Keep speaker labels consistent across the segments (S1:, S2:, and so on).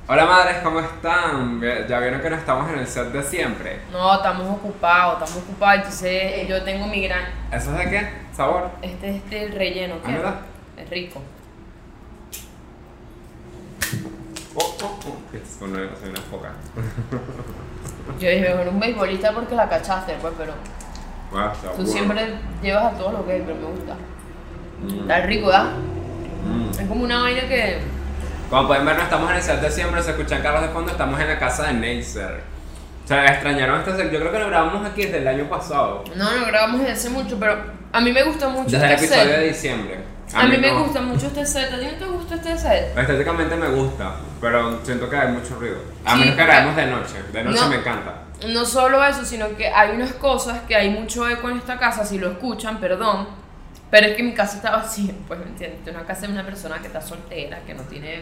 S1: Hola madres, ¿cómo están? Ya vieron que no estamos en el set de siempre.
S2: No, estamos ocupados, entonces yo tengo mi gran...
S1: ¿Eso es de qué? ¿Sabor?
S2: Este es el relleno,
S1: ¿Ah, verdad?
S2: es rico.
S1: Soy una foca.
S2: Yo dije, mejor un beisbolista porque la cachaste, pues, pero
S1: Wow, está
S2: tú
S1: bueno.
S2: siempre llevas a todos los gays, pero me gusta. Está rico, ¿verdad? Es como una vaina que...
S1: Como pueden ver, no estamos en el set de siempre, se escuchan carros de fondo, estamos en la casa de Neisser. O sea, extrañaron este set, yo creo que lo grabamos aquí desde el año pasado.
S2: No grabamos desde hace mucho, pero a mí me gusta mucho
S1: Desde el
S2: este
S1: episodio
S2: set.
S1: de diciembre.
S2: A mí me
S1: no.
S2: gusta mucho este set. ¿A ti no te gusta este set?
S1: Estéticamente me gusta, pero siento que hay mucho ruido. A
S2: Sí,
S1: menos que
S2: porque-
S1: grabemos de noche. De noche
S2: No.
S1: me encanta.
S2: No solo eso, sino que hay unas cosas que hay mucho eco en esta casa, si lo escuchan, perdón, pero es que mi casa está vacía, pues, ¿me entiendes? Una casa de una persona que está soltera, que no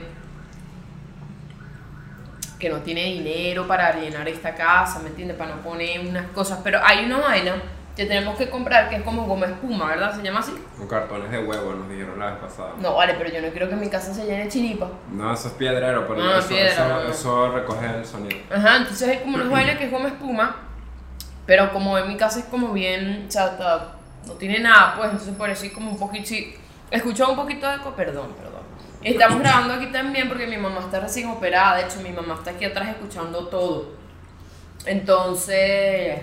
S2: tiene dinero para llenar esta casa, ¿me entiendes? Para no poner unas cosas, pero hay una vaina que tenemos que comprar que es como goma espuma, ¿verdad? ¿Se llama así?
S1: Con cartones de huevo nos dijeron la vez pasada.
S2: No, vale, pero yo no quiero que mi casa se llene de chiripa.
S1: No, eso es piedrero, pero
S2: No,
S1: eso,
S2: piedra,
S1: eso,
S2: no.
S1: eso recoge el sonido.
S2: Ajá, entonces hay como unas vainas que es goma espuma, pero como en mi casa es como bien, o sea, no tiene nada, pues, entonces por eso es como un poquito, sí, escucho un poquito de eco, perdón. Estamos grabando aquí también porque mi mamá está recién operada, de hecho mi mamá está aquí atrás escuchando todo. Entonces...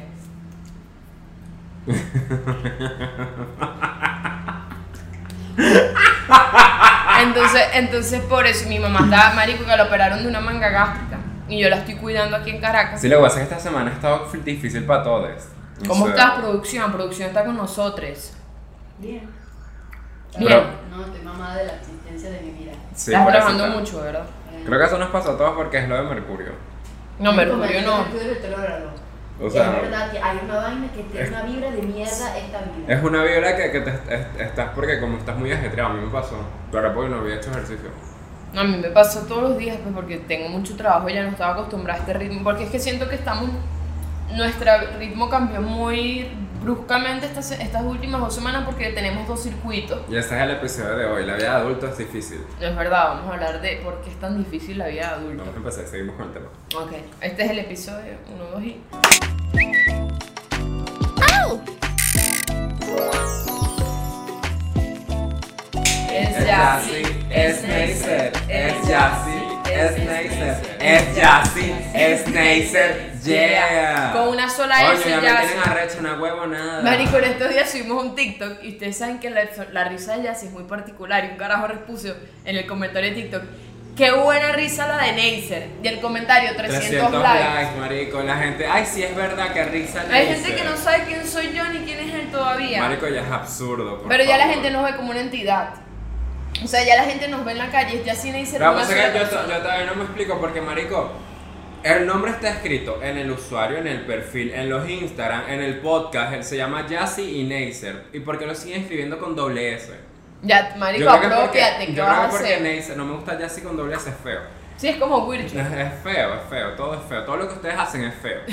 S2: Entonces por eso mi mamá está, marico, que la operaron de una manga gástrica y yo la estoy cuidando aquí en Caracas.
S1: Sí, lo que pasa es que esta semana ha estado difícil para todos.
S2: ¿Cómo
S1: O sea,
S2: estás, producción? Producción está con nosotros.
S3: Bien.
S2: Bien.
S3: No, estoy mamada de la existencia de mi vida.
S1: Sí,
S2: Estás
S1: por eso
S2: trabajando
S1: está.
S2: mucho, ¿verdad?
S1: Creo que eso nos pasó a todos porque es lo de Mercurio.
S2: No, Mercurio no.
S3: Mercurio retrógrado.
S1: O sea,
S3: es verdad que hay una vaina que tiene una vibra de mierda esta vida.
S1: es una vibra que estás porque como estás muy ajetreado, a mí me pasó. Pero porque no había hecho ejercicio.
S2: No, a mí me pasó todos los días, pues, porque tengo mucho trabajo y ya no estaba acostumbrada a este ritmo. Porque es que siento que nuestro ritmo cambió muy bruscamente estas últimas 2 semanas porque tenemos 2 circuitos.
S1: Y ese es el episodio de hoy. La vida de adulto es difícil.
S2: No es verdad, vamos a hablar de por qué es tan difícil la vida de adulto.
S1: Vamos a empezar, seguimos con el tema.
S2: Ok, este es el episodio 1, 2 y... Es Yassi,
S1: es Neisser, es Yassi, es Neisser, es Yassi, es Neisser, yeah.
S2: Con una sola
S1: Coño,
S2: S
S1: ya me
S2: Yassi.
S1: tienen arrecho, una huevo, nada.
S2: Marico, en estos días subimos un TikTok y ustedes saben que la risa de Yassi es muy particular y un carajo repuso en el comentario de TikTok: qué buena risa la de Neisser. Y el comentario, 300 likes.
S1: marico, la gente, ay, sí es verdad, que risa
S2: Hay
S1: Neisser.
S2: gente que no sabe quién soy yo ni quién es él todavía.
S1: Marico, ya es absurdo, por
S2: Pero ya la
S1: favor.
S2: gente nos ve como una entidad. O sea, ya la gente nos ve en la calle, es Yassi Neisser.
S1: Pero
S2: una
S1: pasa que
S2: sola
S1: yo
S2: persona.
S1: todavía no me explico porque, marico, el nombre está escrito en el usuario, en el perfil, en los Instagram, en el podcast, él se llama Yassi y Neisser. ¿Y por qué lo siguen escribiendo con doble S?
S2: Ya, marico,
S1: Yo creo que es
S2: apropiate, ¿qué
S1: yo
S2: vas
S1: creo
S2: a
S1: que porque
S2: hacer?
S1: Neisser, no me gusta Yassi con doble S, es feo.
S2: Sí, es como Wircho.
S1: Es feo, todo es feo. Todo lo que ustedes hacen es feo.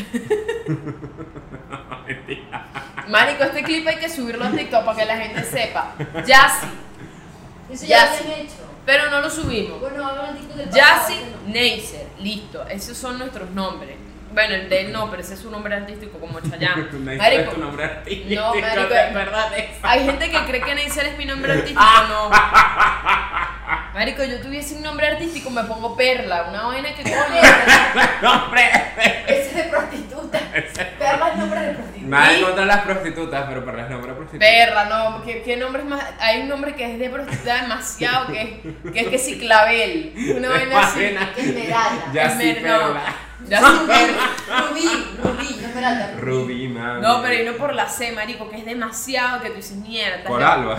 S2: Marico, este clip hay que subirlo a TikTok para que la gente sepa. Yassi,
S3: Eso
S2: ya
S3: ya lo
S2: sí.
S3: habían hecho.
S2: pero no lo subimos.
S3: Bueno, hablan TikTok del
S2: Yassi
S3: pasado, ¿no?
S2: Neisser, listo, esos son nuestros nombres. Bueno, el de él no, pero ese es su nombre artístico como Chayanne.
S1: Neisser es tu nombre artístico.
S2: No, marico,
S1: ¿de verdad eso?
S2: hay gente que cree que Neisser es mi nombre artístico, no. Marico, yo tuviese un nombre artístico, me pongo Perla, una vaina que coño.
S1: ¡Nombre!
S3: Ese es de prostituta. Perla es nombre de prostituta.
S1: Nada
S2: ¿Y?
S1: en contra de las prostitutas, pero para las nombres prostitutas.
S2: Perla, no, ¿qué nombre es más? Hay un nombre que es de prostituta demasiado, que es sí, Clavel, una vaina así.
S3: Que Esmeralda.
S1: Yassi Perla.
S2: Yassi Perla.
S3: Rubí, no Esmeralda.
S1: Rubí, man.
S2: No, pero y no por la C, marico, que es demasiado que tú dices mierda.
S1: Por Alba.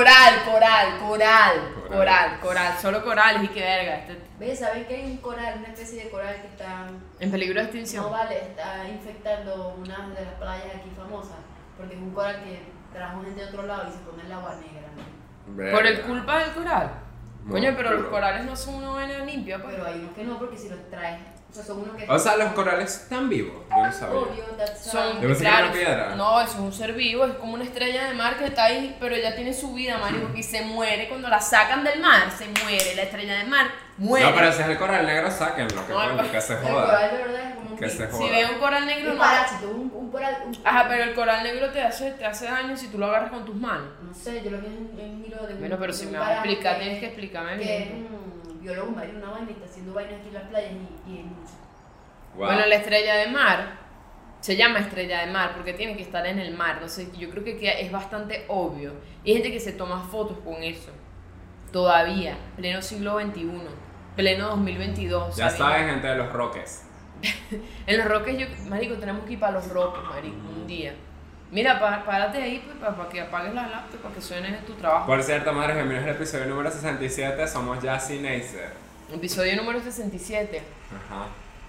S2: Coral, solo corales y qué verga.
S3: ¿Ves? ¿Saben que hay un coral, una especie de coral que está...
S2: En peligro de extinción.
S3: No vale, está infectando una de las playas aquí famosas? Porque es un coral que trajo gente de otro lado y se pone el agua negra, ¿no?
S2: Por el culpa del coral.
S1: Muy
S2: Coño, pero los
S1: oscuro.
S2: corales no son una vaina limpia, pues.
S3: Pero hay unos que no, porque si los traes... O sea, son unos que...
S1: O sea, los corales están vivos. Yo no sabía.
S3: Obvio, that's
S2: Son,
S1: Yo pensé que era una piedra.
S2: No, eso es un ser vivo, es como una estrella de mar que está ahí, pero ya tiene su vida, marico, y se muere cuando la sacan del mar, se muere la estrella de mar muere.
S1: No, pero si es el coral negro, sáquenlo, que,
S2: No,
S1: coño, que se
S3: El
S1: joda.
S3: coral de verdad es como un
S1: Que se
S3: pico.
S1: joda.
S2: Si ves un coral negro,
S3: Un
S2: no.
S3: parásito, un coral.
S2: Ajá, pero el coral negro te hace daño si tú lo agarras con tus manos.
S3: No sé, yo lo vi en un hilo de un.
S2: Bueno, pero
S3: de
S2: si
S3: un
S2: me vas a
S3: carajo
S2: explicar, tienes que explicarme
S3: Que es
S2: bien.
S3: un biólogo marino, una vaina, y está haciendo vainas aquí en las playas y es mucho.
S1: Wow.
S2: Bueno, la estrella de mar se llama estrella de mar porque tiene que estar en el mar. No sé, yo creo que es bastante obvio. Y hay gente que se toma fotos con eso. Todavía, pleno siglo XXI, pleno 2022.
S1: Ya
S2: ¿sabes?
S1: saben, gente de los Roques.
S2: En los Roques, marico, tenemos que ir para los Roques, marico, un día. Mira, párate ahí pues, para que apagues la laptop, para que suene en tu trabajo.
S1: Por cierto, madres, bienvenidos al episodio número 67. Somos Jassy Neisser.
S2: Episodio número 67.
S1: Ajá.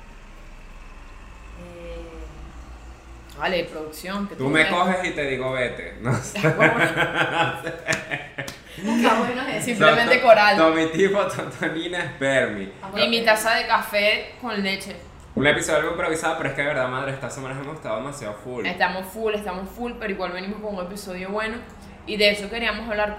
S2: Vale, producción. Que
S1: Tú me coges y te digo vete. No sé.
S3: Nunca bueno es eso.
S2: Simplemente coral.
S1: Tomi tipo, Tonina, Spermi.
S2: Y mi taza de café con leche.
S1: Un episodio algo improvisado, pero es que de verdad, madre, estas semanas hemos estado demasiado full.
S2: Estamos full, pero igual venimos con un episodio bueno. Y de eso queríamos hablar,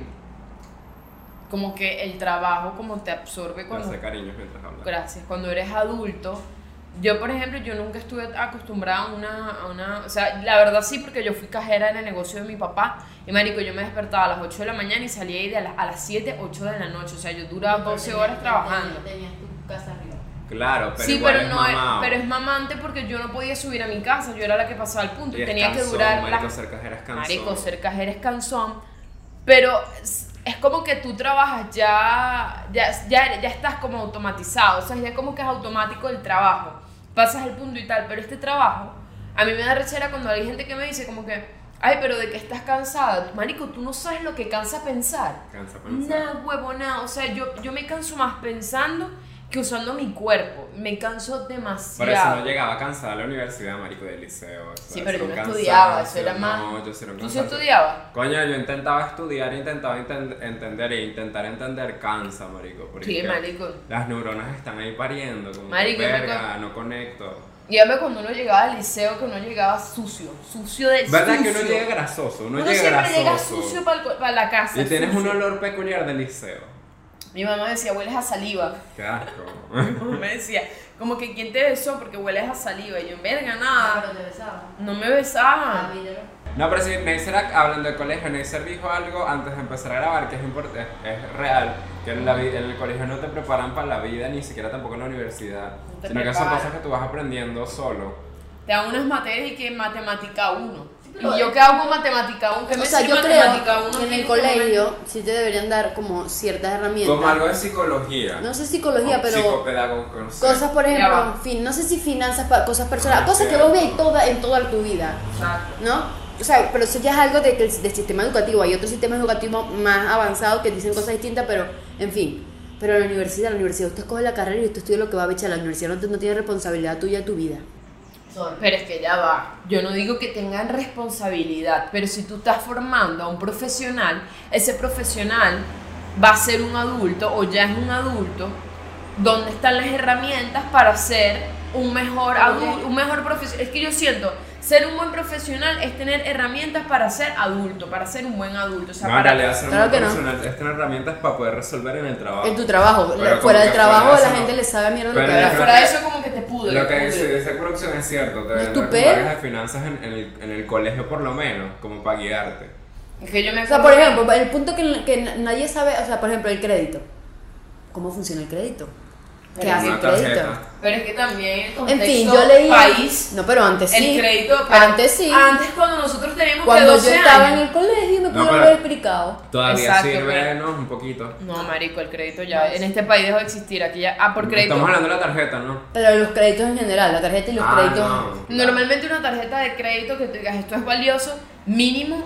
S2: como que el trabajo como te absorbe
S1: No
S2: cuando...
S1: sé, cariños mientras hablas.
S2: Gracias, cuando eres adulto. Yo, por ejemplo, yo nunca estuve acostumbrada a una... O sea, la verdad sí, porque yo fui cajera en el negocio de mi papá. Y marico, yo me despertaba a las 8 de la mañana y salía ahí a las 7, 8 de la noche. O sea, yo duraba 12 horas trabajando.
S3: Tenías tu casa arriba.
S1: Claro, pero
S2: Sí,
S1: igual
S2: pero
S1: es
S2: no
S1: mamado.
S2: pero es mamante porque yo no podía subir a mi casa, yo era la que pasaba el punto y
S1: Y es
S2: tenía que
S1: cansón,
S2: durar
S1: marico, ser cajera es cansón.
S2: Marico, ser cajera es cansón, pero es como que tú trabajas ya estás como automatizado, o sea, ya como que es automático el trabajo, pasas el punto y tal, pero este trabajo, a mí me da rechera cuando hay gente que me dice como que, ay, pero de que estás cansada, marico, tú no sabes lo que cansa pensar.
S1: Cansa pensar.
S2: Nada, huevo, nada, o sea, yo me canso más pensando que usando mi cuerpo, me canso demasiado.
S1: Por eso no llegaba cansada a la universidad, marico, del liceo. Eso
S2: Sí,
S1: es
S2: pero yo
S1: un
S2: no
S1: cansancio.
S2: estudiaba, eso era más...
S1: No, yo sí era un
S2: ¿Tú sí
S1: cansancio.
S2: estudiabas?
S1: Coño, yo intentaba estudiar, intentaba entender e intentar entender cansa, marico. Porque
S2: Sí, marico.
S1: las neuronas están ahí pariendo, como
S2: Marico,
S1: que,
S2: yo me
S1: verga, no conecto.
S2: Dígame cuando uno llegaba al liceo que uno llegaba sucio de
S1: ¿Verdad
S2: sucio.
S1: que uno llega grasoso? Uno
S2: Uno
S1: llega
S2: siempre
S1: grasoso.
S2: llega sucio para la casa.
S1: Y tienes
S2: sucio.
S1: un olor peculiar del liceo.
S2: Mi mamá decía, hueles a saliva.
S1: Qué asco.
S2: Mi mamá me decía, como que ¿quién te besó? Porque hueles a saliva. Y yo, verga,
S3: Ah,
S2: nada.
S3: pero te besaba.
S2: No me besaba.
S3: Ah, mira.
S1: No, pero sí, Neisser, hablando de colegio, Neisser dijo algo antes de empezar a grabar que es real, que en el colegio no te preparan para la vida, ni siquiera tampoco en la universidad,
S2: No te
S1: sino que son
S2: preparan.
S1: cosas que tú vas aprendiendo solo.
S2: Te dan unas materias y que matemática 1.
S3: pero
S2: Y yo qué hago con matemática 1, ¿qué me
S3: O sea,
S2: sirve
S3: yo creo
S2: matemática 1?
S3: que en el colegio sí te deberían dar como ciertas herramientas.
S1: Como algo de psicología.
S3: No sé psicología,
S1: o
S3: pero
S1: psicopedagógico, no sé.
S3: cosas, por
S2: Ya
S3: ejemplo,
S2: va.
S3: en fin, no sé si finanzas, cosas personales,
S1: Ah,
S3: cosas que
S1: cierto.
S3: vos veis en toda tu vida,
S2: Exacto.
S3: ¿no? O sea, pero eso ya es algo del sistema educativo. Hay otros sistemas educativos más avanzados que dicen cosas distintas, pero, en fin. Pero en la universidad usted escoge la carrera y usted estudia lo que va a echar. La universidad no tiene responsabilidad tuya de tu vida.
S2: Pero es que ya va, yo no digo que tengan responsabilidad, pero si tú estás formando a un profesional, ese profesional va a ser un adulto o ya es un adulto, ¿dónde están las herramientas para ser un mejor adulto, un mejor profesional? Es que yo siento, ser un buen profesional es tener herramientas para ser adulto, para ser un buen adulto. O sea,
S1: No, en
S2: para...
S1: realidad ser
S3: Claro
S1: un
S3: que no.
S1: profesional es tener herramientas para poder resolver en el trabajo.
S3: En tu trabajo.
S1: Pero
S3: Fuera
S1: como
S3: del
S1: que
S3: trabajo
S1: fuera de
S3: la
S1: eso,
S3: gente
S1: no.
S3: le sabe mierda lo
S1: Pero
S3: que
S1: es
S2: Pero
S3: haga.
S2: fuera de eso como que te pudre.
S1: Lo que
S2: te
S1: dice
S2: pudre.
S1: esa producción es cierto, te
S3: ¿Es tu
S1: venden
S3: pedo?
S1: áreas de finanzas en el colegio por lo menos, como para guiarte.
S2: Es que yo me
S3: O sea,
S2: acuerdo
S3: por
S2: que-
S3: ejemplo, el punto que nadie sabe, o sea, por ejemplo, el crédito. ¿Cómo funciona el crédito? ¿Qué
S2: Pero
S3: hace el
S1: una
S3: crédito?
S1: tarjeta.
S2: Pero es que también el
S3: En
S2: contexto
S3: fin, yo leí.
S2: país,
S3: No, pero antes sí.
S2: el crédito, pero
S3: Antes sí.
S2: Antes cuando nosotros teníamos
S3: Cuando
S2: que
S3: yo
S2: 12
S3: estaba en
S2: años.
S3: el colegio me
S1: No,
S3: pude
S1: pero-
S3: haber explicado.
S1: Todavía
S2: Exacto,
S1: sirve,
S2: pero-
S1: ¿no? Un poquito.
S2: No, marico, el crédito ya en este país dejó de existir. Aquí ya, por crédito.
S1: Estamos hablando de la tarjeta, ¿no?
S3: Pero los créditos en general, la tarjeta y los créditos.
S1: no.
S2: Normalmente una tarjeta de crédito que tú digas esto es valioso, mínimo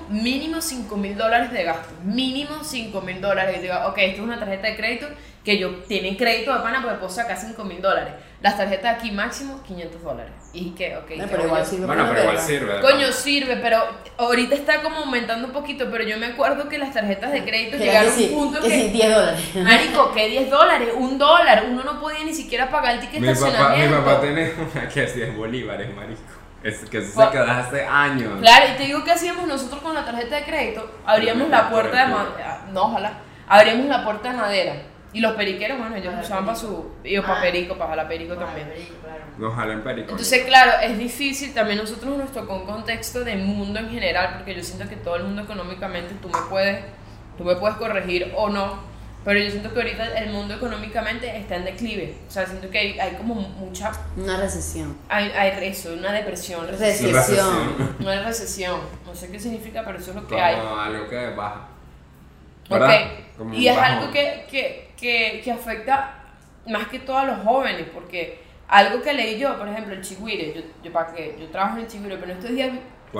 S2: $5,000 de gasto. Mínimo $5,000. Y te diga, ok, esto es una tarjeta de crédito que yo tiene crédito de pana porque puedo sacar $5,000. Las tarjetas aquí máximo $500. Y que, ok,
S3: Bueno,
S2: qué
S3: pero igual
S2: valioso.
S3: sirve
S1: Bueno,
S3: para
S1: pero igual
S3: verga.
S1: sirve.
S2: Coño, sirve, pero ahorita está como aumentando un poquito, pero yo me acuerdo que las tarjetas de crédito
S3: Que
S2: llegaron a
S3: sí,
S2: un punto
S3: que sí,
S2: que...
S3: $10.
S2: Marico, que $10, $1, uno no podía ni siquiera pagar el ticket de
S1: Mi
S2: estacionamiento.
S1: papá tiene una que es 10 bolívares, marico. Es que eso
S2: Pa-
S1: se quedó hace años.
S2: Claro, y te digo que hacíamos nosotros con la tarjeta de crédito, abríamos la puerta de madera, no, ojalá, abríamos la puerta de madera Y los periqueros, bueno, ellos
S3: Para
S2: usaban para
S3: perico.
S2: su... Y para perico, para jalar perico también.
S3: Claro.
S1: Nos jalen perico.
S2: Entonces, claro, es difícil, también nosotros nos tocó un contexto de mundo en general, porque yo siento que todo el mundo económicamente, tú me puedes corregir o no, pero yo siento que ahorita el mundo económicamente está en declive, o sea, siento que hay como mucha,
S3: Una recesión.
S2: hay eso, una depresión,
S3: Recesión.
S2: una recesión, no sé qué significa, pero eso es lo que
S1: Como
S2: hay.
S1: algo que baja.
S2: Ok,
S1: ¿Verdad? Como
S2: y
S1: un
S2: es
S1: bajón.
S2: algo que afecta más que todo a los jóvenes, porque algo que leí yo, por ejemplo, el chigüire, yo trabajo en el chigüire, pero en estos días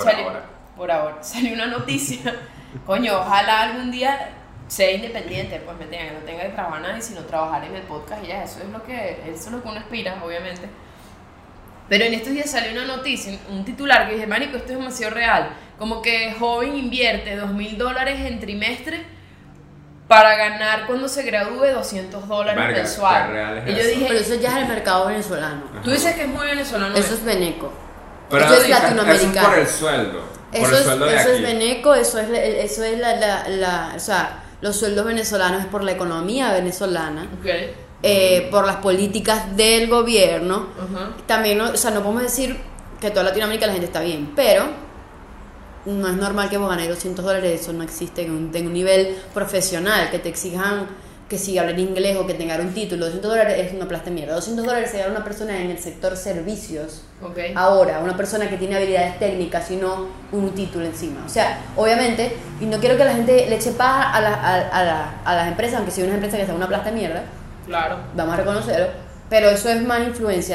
S2: por ahora, salió una noticia, coño, ojalá algún día sea independiente, pues me entiendes, que no tenga que trabajar nadie, sino trabajar en el podcast y ya, eso es lo que uno aspira, obviamente. Pero en estos días salió una noticia, un titular que dije, marico, esto es demasiado real, como que joven invierte $2,000 en trimestre para ganar cuando se gradúe $200
S1: Verga,
S2: mensual.
S1: qué real es
S2: Y yo
S1: eso.
S2: dije,
S3: Pero eso ya es el mercado venezolano.
S2: tú dices que es muy venezolano.
S3: Eso es veneco.
S1: Pero
S3: eso es
S1: eso es
S3: latinoamericano.
S1: por el sueldo. Por
S3: Eso
S1: el sueldo de
S3: es
S1: aquí.
S3: veneco, eso es o sea, los sueldos venezolanos es por la economía venezolana,
S2: Ok.
S3: por las políticas del gobierno.
S2: Ajá.
S3: También, o sea, no podemos decir que toda Latinoamérica la gente está bien, pero no es normal que vos ganes $200, eso no existe en un nivel profesional, que te exijan que si hablar inglés o que tengan un título. $200 es una plasta de mierda. $200 se gana una persona en el sector servicios.
S2: Ok.
S3: Ahora, una persona que tiene habilidades técnicas y no un título encima. O sea, obviamente, y no quiero que la gente le eche paja a las empresas, aunque si una empresa que sea una plasta de mierda,
S2: Claro.
S3: vamos a reconocerlo, pero eso es más influencia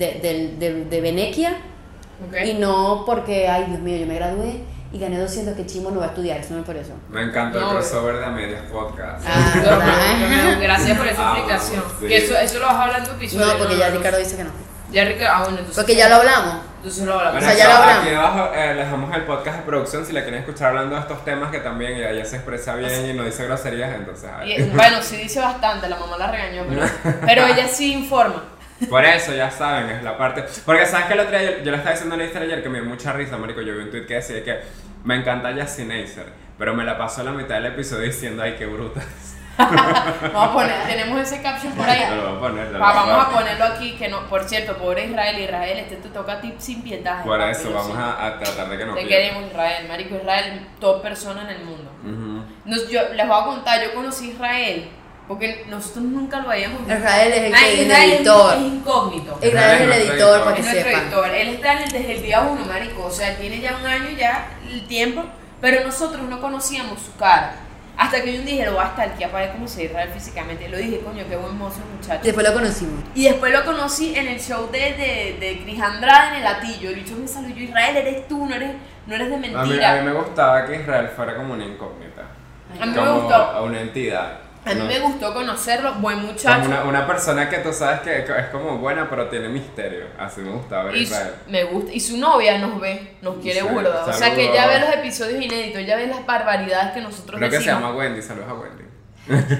S3: de Venequia
S2: Ok.
S3: y no porque, ay Dios mío, yo me gradué y gané 200, que chimo, no voy a estudiar, eso no es por eso.
S1: Me encantó
S2: No,
S1: el crossover de A Medias Podcast.
S3: Ah, ¿verdad?
S2: Gracias por esa
S1: Vamos,
S2: explicación.
S1: sí.
S2: Que eso lo vas a hablar en tu episodio.
S3: No, porque ya Ricardo dice que no.
S2: Ya Ricardo, bueno, entonces.
S3: Porque ya lo hablamos.
S2: Entonces lo hablamos.
S1: Bueno,
S3: O sea, ya lo hablamos.
S1: aquí abajo les dejamos el podcast de producción si la quieren escuchar hablando de estos temas que también ella se expresa bien y no dice groserías, entonces a ver.
S2: Y, bueno, sí dice bastante, la mamá la regañó, pero ella sí informa.
S1: Por eso, ya saben, es la parte. Porque sabes que el otro día yo le estaba diciendo a Neisser ayer que me dio mucha risa, marico. Yo vi un tweet que decía que me encanta Jassy Neisser, pero me la pasó la mitad del episodio diciendo, ay, qué bruta.
S2: Vamos a poner, tenemos ese caption por ahí.
S1: Lo voy a poner,
S2: Vamos a ponerlo aquí, que no, por cierto, pobre Israel, este te toca a ti sin piedad.
S1: Por
S2: papi,
S1: eso,
S2: lo
S1: vamos
S2: siento.
S1: a tratar de que no
S2: Te
S1: pierda.
S2: queremos Israel, marico, Israel, top persona en el mundo.
S1: Ujú.
S2: Yo les voy a contar, yo conocí a Israel, porque nosotros nunca lo habíamos visto.
S3: Israel es el
S2: Ah,
S3: que es el
S2: Israel
S3: editor.
S2: es incógnito.
S3: Israel es el editor, para que
S2: Es nuestro
S3: sepan.
S2: editor, él está desde el día 1, marico, o sea, tiene ya un año ya el tiempo, pero nosotros no conocíamos su cara. Hasta que yo un día lo voy a stalkear para ver cómo se ve Israel físicamente. Lo dije, coño, qué buen mozo el muchacho.
S3: Después lo conocimos.
S2: Y después lo conocí en el show de Cris Andrade en el Latillo. El bicho me saludó, Israel, eres tú, no eres de
S1: A mí
S2: mentira.
S1: me gustaba que Israel fuera como una incógnita.
S2: A mí me
S1: Como
S2: gustó.
S1: una entidad.
S2: A mí
S1: ¿no?
S2: me gustó conocerlo, buen muchacho.
S1: Como una persona que tú sabes que es como buena, pero tiene misterio. Así me gustaba ver a
S2: Y
S1: Israel.
S2: me gusta, y su novia nos ve, nos quiere
S1: Sí,
S2: burda. O sea
S1: saludos.
S2: que ella ve los episodios inéditos, ella ve las barbaridades que nosotros
S1: Creo que se
S2: decimos.
S1: llama Wendy, saludos a Wendy.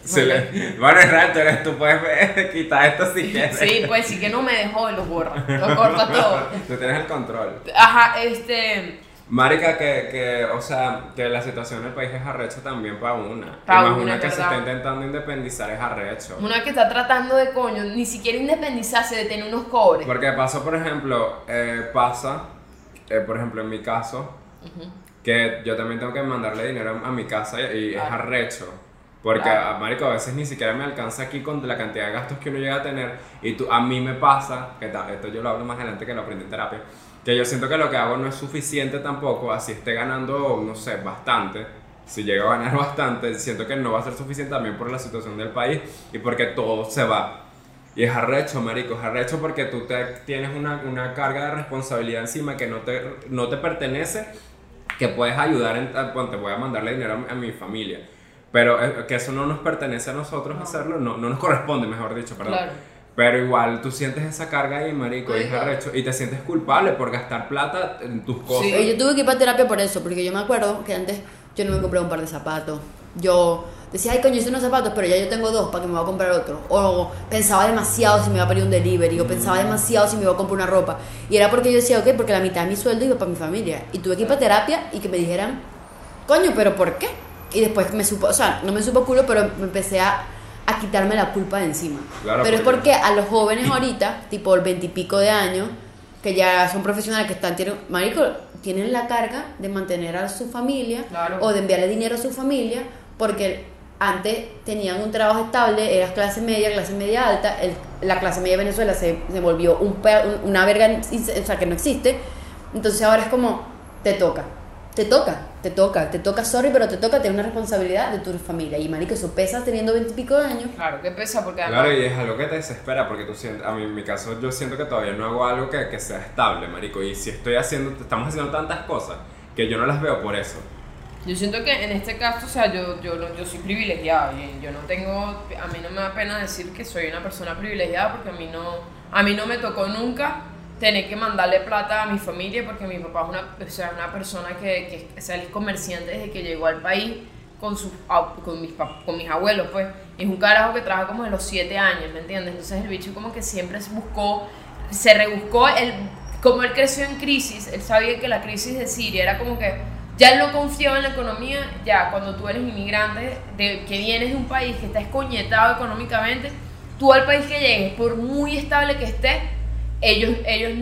S1: Bueno, Israel, tú eres, tú puedes quitar esto si quieres.
S2: Sí, pues sí que no me dejó y lo borra, lo corta todo.
S1: Tú tienes el control.
S2: Ajá,
S1: Marica, o sea, que la situación del país es arrecho también para una.
S2: Pa'
S1: Y más
S2: una,
S1: una
S2: es
S1: que se
S2: verdad.
S1: está intentando independizar es arrecho.
S2: una que está tratando de coño, ni siquiera independizarse, de tener unos cobres.
S1: Porque pasó, por ejemplo, por ejemplo, en mi caso, que yo también tengo que mandarle dinero a mi casa y es
S2: Claro.
S1: arrecho. Porque,
S2: Claro.
S1: marico, a veces ni siquiera me alcanza aquí con la cantidad de gastos que uno llega a tener. Y a mí me pasa, esto yo lo hablo más adelante que lo aprendí en terapia, que yo siento que lo que hago no es suficiente tampoco, así esté ganando, no sé, bastante. Si llego a ganar bastante, siento que no va a ser suficiente también por la situación del país y porque todo se va. Y es arrecho, marico, es arrecho porque tú tienes una carga de responsabilidad encima que no te pertenece, que puedes ayudar, te voy a mandarle dinero a mi familia. Pero que eso no nos pertenece a nosotros hacerlo, no nos corresponde, mejor dicho, perdón.
S2: Claro.
S1: Pero igual tú sientes esa carga ahí, marico, y es arrecho, y te sientes culpable por gastar plata en tus cosas.
S2: Sí.
S3: Yo tuve que ir para terapia por eso, porque yo me acuerdo que antes yo no me compraba un par de zapatos. Yo decía, ay, coño, hice unos zapatos, pero ya yo tengo dos, ¿para que me voy a comprar otro? O pensaba demasiado si me iba a pedir un delivery, o pensaba demasiado si me iba a comprar una ropa. Y era porque yo decía, ok, porque la mitad de mi sueldo iba para mi familia. Y tuve que ir para terapia y que me dijeran, coño, ¿pero por qué? Y después me supo, o sea, no me supo culo, pero me empecé a a quitarme la culpa de encima.
S1: Claro,
S3: Pero es porque a los jóvenes ahorita, tipo el 20 y pico de años, que ya son profesionales, que marico, tienen la carga de mantener a su familia,
S2: Claro.
S3: o de enviarle dinero a su familia, porque antes tenían un trabajo estable, eras clase media alta, la clase media de Venezuela se volvió una verga, o sea, que no existe. Entonces ahora es como, te toca, sorry, pero te toca tener una responsabilidad de tu familia. Y marico, eso pesa teniendo 20 y pico de años.
S2: Claro, que pesa porque además...
S1: Claro, y es algo que te desespera porque tú sientes, a mí en mi caso yo siento que todavía no hago algo que sea estable, marico, y si estamos haciendo tantas cosas que yo no las veo por eso.
S2: Yo siento que en este caso, o sea, yo soy privilegiada y yo no tengo, a mí no me da pena decir que soy una persona privilegiada porque a mí no me tocó nunca tener que mandarle plata a mi familia porque mi papá es una persona que es comerciante desde que llegó al país con mis abuelos, pues. Es un carajo que trabaja como de los 7 años, ¿me entiendes? Entonces el bicho como que siempre se rebuscó, como él creció en crisis, él sabía que la crisis de Siria era como que ya él no confiaba en la economía. Ya cuando tú eres inmigrante, que vienes de un país que está escoñetado económicamente, tú al país que llegues, por muy estable que esté, ellos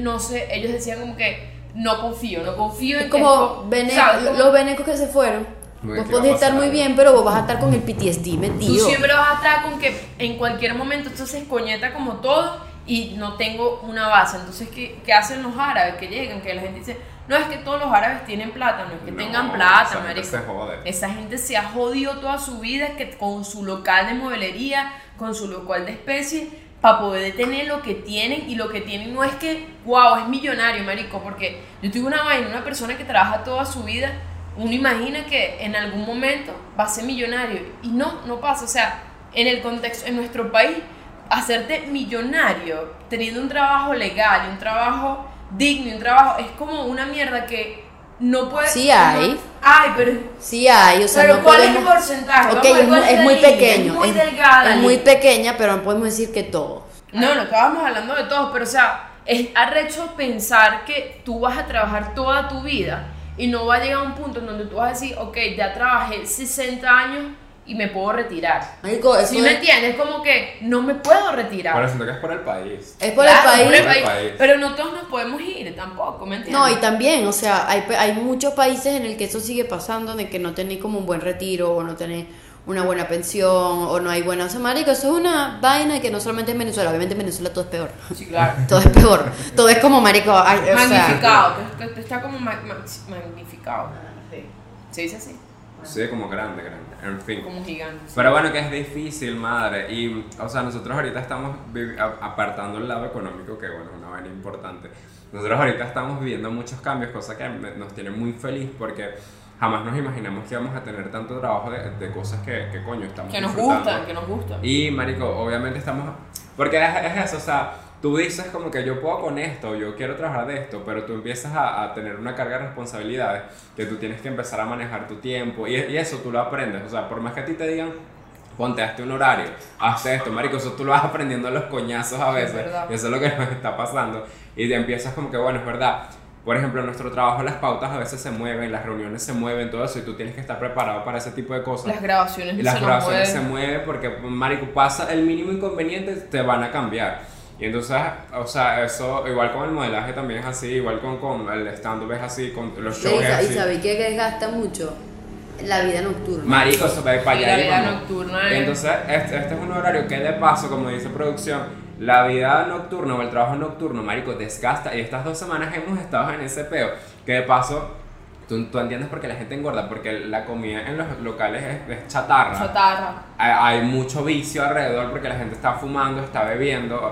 S2: decían como que no confío en
S3: Es como los venecos que se fueron.
S1: Muy
S3: Vos
S1: que va
S3: podés
S1: a
S3: estar
S1: pasar
S3: muy
S1: algo.
S3: bien, pero vos vas a estar con el PTSD
S2: Tú
S3: metido.
S2: siempre vas a estar con que en cualquier momento esto se escoñeta como todo y no tengo una base. Entonces, ¿qué hacen los árabes que llegan? Que la gente dice, no, es que todos los árabes tienen plata, no es que tengan plata,
S1: esa gente
S2: marico.
S1: se jode.
S2: Esa gente se ha jodido toda su vida que con su local de mueblería, con su local de especies, para poder tener lo que tienen. Y lo que tienen no es que, wow, es millonario, marico, porque yo tengo una persona que trabaja toda su vida, uno imagina que en algún momento va a ser millonario y no pasa. O sea, en el contexto, en nuestro país, hacerte millonario teniendo un trabajo legal y un trabajo digno y un trabajo es como una mierda que no puede.
S3: Sí hay.
S2: Ay, pero
S3: Sí hay, o sea,
S2: pero
S3: no
S2: ¿cuál
S3: podemos...
S2: es el porcentaje?
S3: Ok,
S2: Vamos a ver cuál
S3: es
S2: la
S3: muy
S2: línea.
S3: pequeño.
S2: Es muy delgada la
S3: Es muy
S2: línea.
S3: pequeña, pero no podemos decir que todo.
S2: No estábamos hablando de todos, pero o sea, es arrecho pensar que tú vas a trabajar toda tu vida y no va a llegar a un punto en donde tú vas a decir, ok, ya trabajé 60 años y me puedo retirar.
S3: Marico, eso
S2: ¿Sí me entiendes? Como que no me puedo retirar.
S1: Pero siento que es por el país.
S3: es por
S2: Claro,
S3: el
S2: por el
S3: país.
S2: país. Pero no todos nos podemos ir tampoco, ¿me entiendes?
S3: No, y también, o sea, hay muchos países en el que eso sigue pasando, de que no tenés como un buen retiro, o no tenés una buena pensión, o no hay buena... O sea, marico, eso es una vaina que no solamente en Venezuela, obviamente en Venezuela todo es peor.
S2: Sí, claro.
S3: Todo es peor. Todo es como, marico, ay, o sea...
S2: Magnificado, que está como magnificado. Sí. ¿Se dice así?
S1: Sí, como grande, en fin.
S2: Como gigante.
S1: Pero bueno, que es difícil, madre. Y, o sea, nosotros ahorita estamos apartando el lado económico, que bueno, es una vaina importante. Nosotros ahorita estamos viviendo muchos cambios, cosa que nos tiene muy feliz porque jamás nos imaginamos que íbamos a tener tanto trabajo de cosas que coño estamos
S2: Que nos
S1: disfrutando.
S2: gustan.
S1: Y, marico, obviamente estamos... Porque es eso, o sea, tú dices como que yo puedo con esto, yo quiero trabajar de esto, pero tú empiezas a tener una carga de responsabilidades que tú tienes que empezar a manejar tu tiempo y eso tú lo aprendes. O sea, por más que a ti te digan, ponte, hazte un horario, hazte esto, marico, eso tú lo vas aprendiendo a los coñazos a veces.
S2: verdad.
S1: Y eso es lo que nos está pasando. Y te empiezas como que, bueno, es verdad. Por ejemplo, en nuestro trabajo las pautas a veces se mueven, las reuniones se mueven, todo eso, y tú tienes que estar preparado para ese tipo de cosas.
S2: Las grabaciones
S1: Y las
S2: se nos
S1: grabaciones se
S2: mueven.
S1: mueven porque, marico, pasa el mínimo inconveniente, te van a cambiar. Y entonces, o sea, eso, igual con el modelaje también es así, igual con el stand-up es así, con los shows es
S3: Y
S1: así.
S3: sabéis que desgasta mucho la vida nocturna.
S1: Marico, eso va para
S2: Sí,
S1: allá.
S2: la vida
S1: vamos.
S2: nocturna es-
S1: Entonces, este es un horario que de paso, como dice producción, la vida nocturna o el trabajo nocturno, marico, desgasta. Y estas 2 semanas hemos estado en ese peo, que de paso... Tú entiendes por qué la gente engorda, porque la comida en los locales es chatarra.
S2: Chatarra.
S1: Hay mucho vicio alrededor porque la gente está fumando, está bebiendo.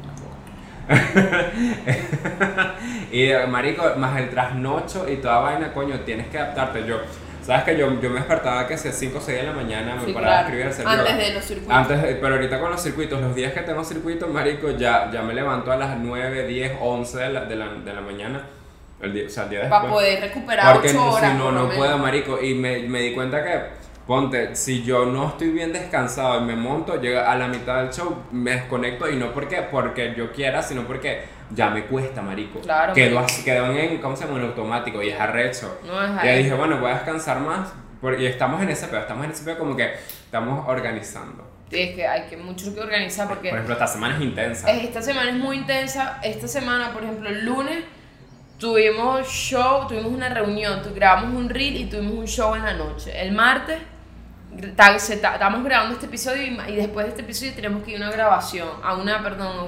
S1: Y marico, más el trasnocho y toda vaina, coño, tienes que adaptarte. Sabes que yo me despertaba que sea 5 o 6 de la mañana, me
S2: Sí,
S1: paraba a
S2: claro.
S1: escribir, hacer
S2: Antes
S1: yoga.
S2: de los circuitos.
S1: Pero ahorita con los circuitos, los días que tengo circuitos, marico, ya me levanto a las 9, 10, 11 de la mañana. O sea, el día después.
S2: Para poder recuperar
S1: Porque
S2: 8 horas.
S1: si no,
S2: por lo
S1: no
S2: menos.
S1: puedo, marico. Y me di cuenta que, ponte, si yo no estoy bien descansado y me monto, llega a la mitad del show, me desconecto. Y no porque yo quiera, sino porque ya me cuesta, marico.
S2: Claro,
S1: Quedo
S2: marico.
S1: así, quedo en, ¿cómo se llama? En automático y es arrecho.
S2: No es
S1: Y
S2: ahí.
S1: ahí dije, bueno, voy a descansar más. Y estamos en ese pedo como que estamos organizando.
S2: Es que hay mucho que organizar porque...
S1: Por ejemplo, esta semana es intensa.
S2: Esta semana es muy intensa. Esta semana, por ejemplo, el lunes tuvimos show, tuvimos una reunión, grabamos un reel y tuvimos un show en la noche. El martes estamos grabando este episodio y después de este episodio tenemos que ir a una grabación, a una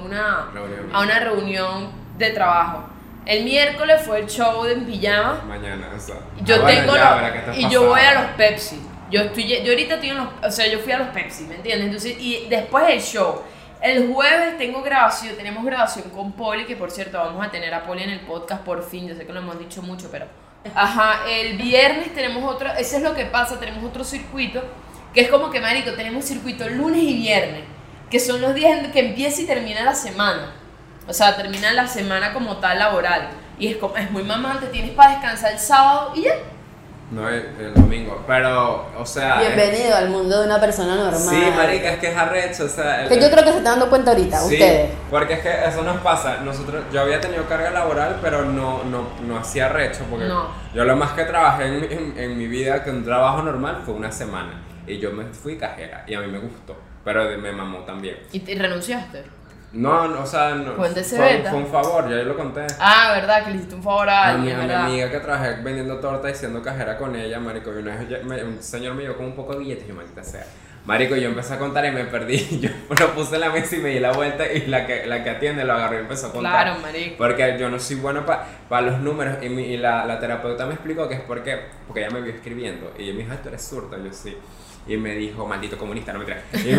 S2: reunión de trabajo. El miércoles fue el show de en pijama.
S1: Mañana, o sea.
S2: Yo voy a los Pepsi. Yo ahorita estoy en los, o sea, yo fui a los Pepsi, ¿me entiendes? Entonces, y después el show. El jueves tenemos grabación con Poli, que por cierto vamos a tener a Poli en el podcast por fin, yo sé que lo hemos dicho mucho, pero... Ajá, el viernes tenemos otro, eso es lo que pasa, tenemos otro circuito, que es como que, marico, tenemos circuito lunes y viernes, que son los días en que empieza y termina la semana. O sea, termina la semana como tal laboral. Y es muy mamante, tienes para descansar el sábado y ya.
S1: No, el domingo, pero, o sea...
S3: Bienvenido al mundo de una persona normal.
S1: Sí, marica, es que es arrecho, o sea...
S3: Que yo creo que se están dando cuenta ahorita,
S1: sí,
S3: ustedes.
S1: porque es que eso nos pasa, yo había tenido carga laboral, pero no hacía arrecho, porque yo lo más que trabajé en mi vida, que un trabajo normal, fue una semana, y yo me fui cajera, y a mí me gustó, pero me mamó también.
S2: ¿Y renunciaste?
S1: No, o sea, no,
S2: fue
S1: un favor, ya yo lo conté.
S2: Ah, verdad, que le hiciste un favor a alguien,
S1: mi amiga que trabajé vendiendo torta y siendo cajera con ella, marico, y una vez un señor me dio como un poco de billetes y yo, maldita sea. Marico, yo empecé a contar y me perdí, yo lo puse en la mesa y me di la vuelta y la que atiende lo agarró y empezó a contar.
S2: Claro, marico.
S1: Porque yo no soy bueno para los números y la terapeuta me explicó que es porque ella me vio escribiendo y me dijo, tú eres zurdo, yo sí. Y me dijo, maldito comunista, no me creas. Y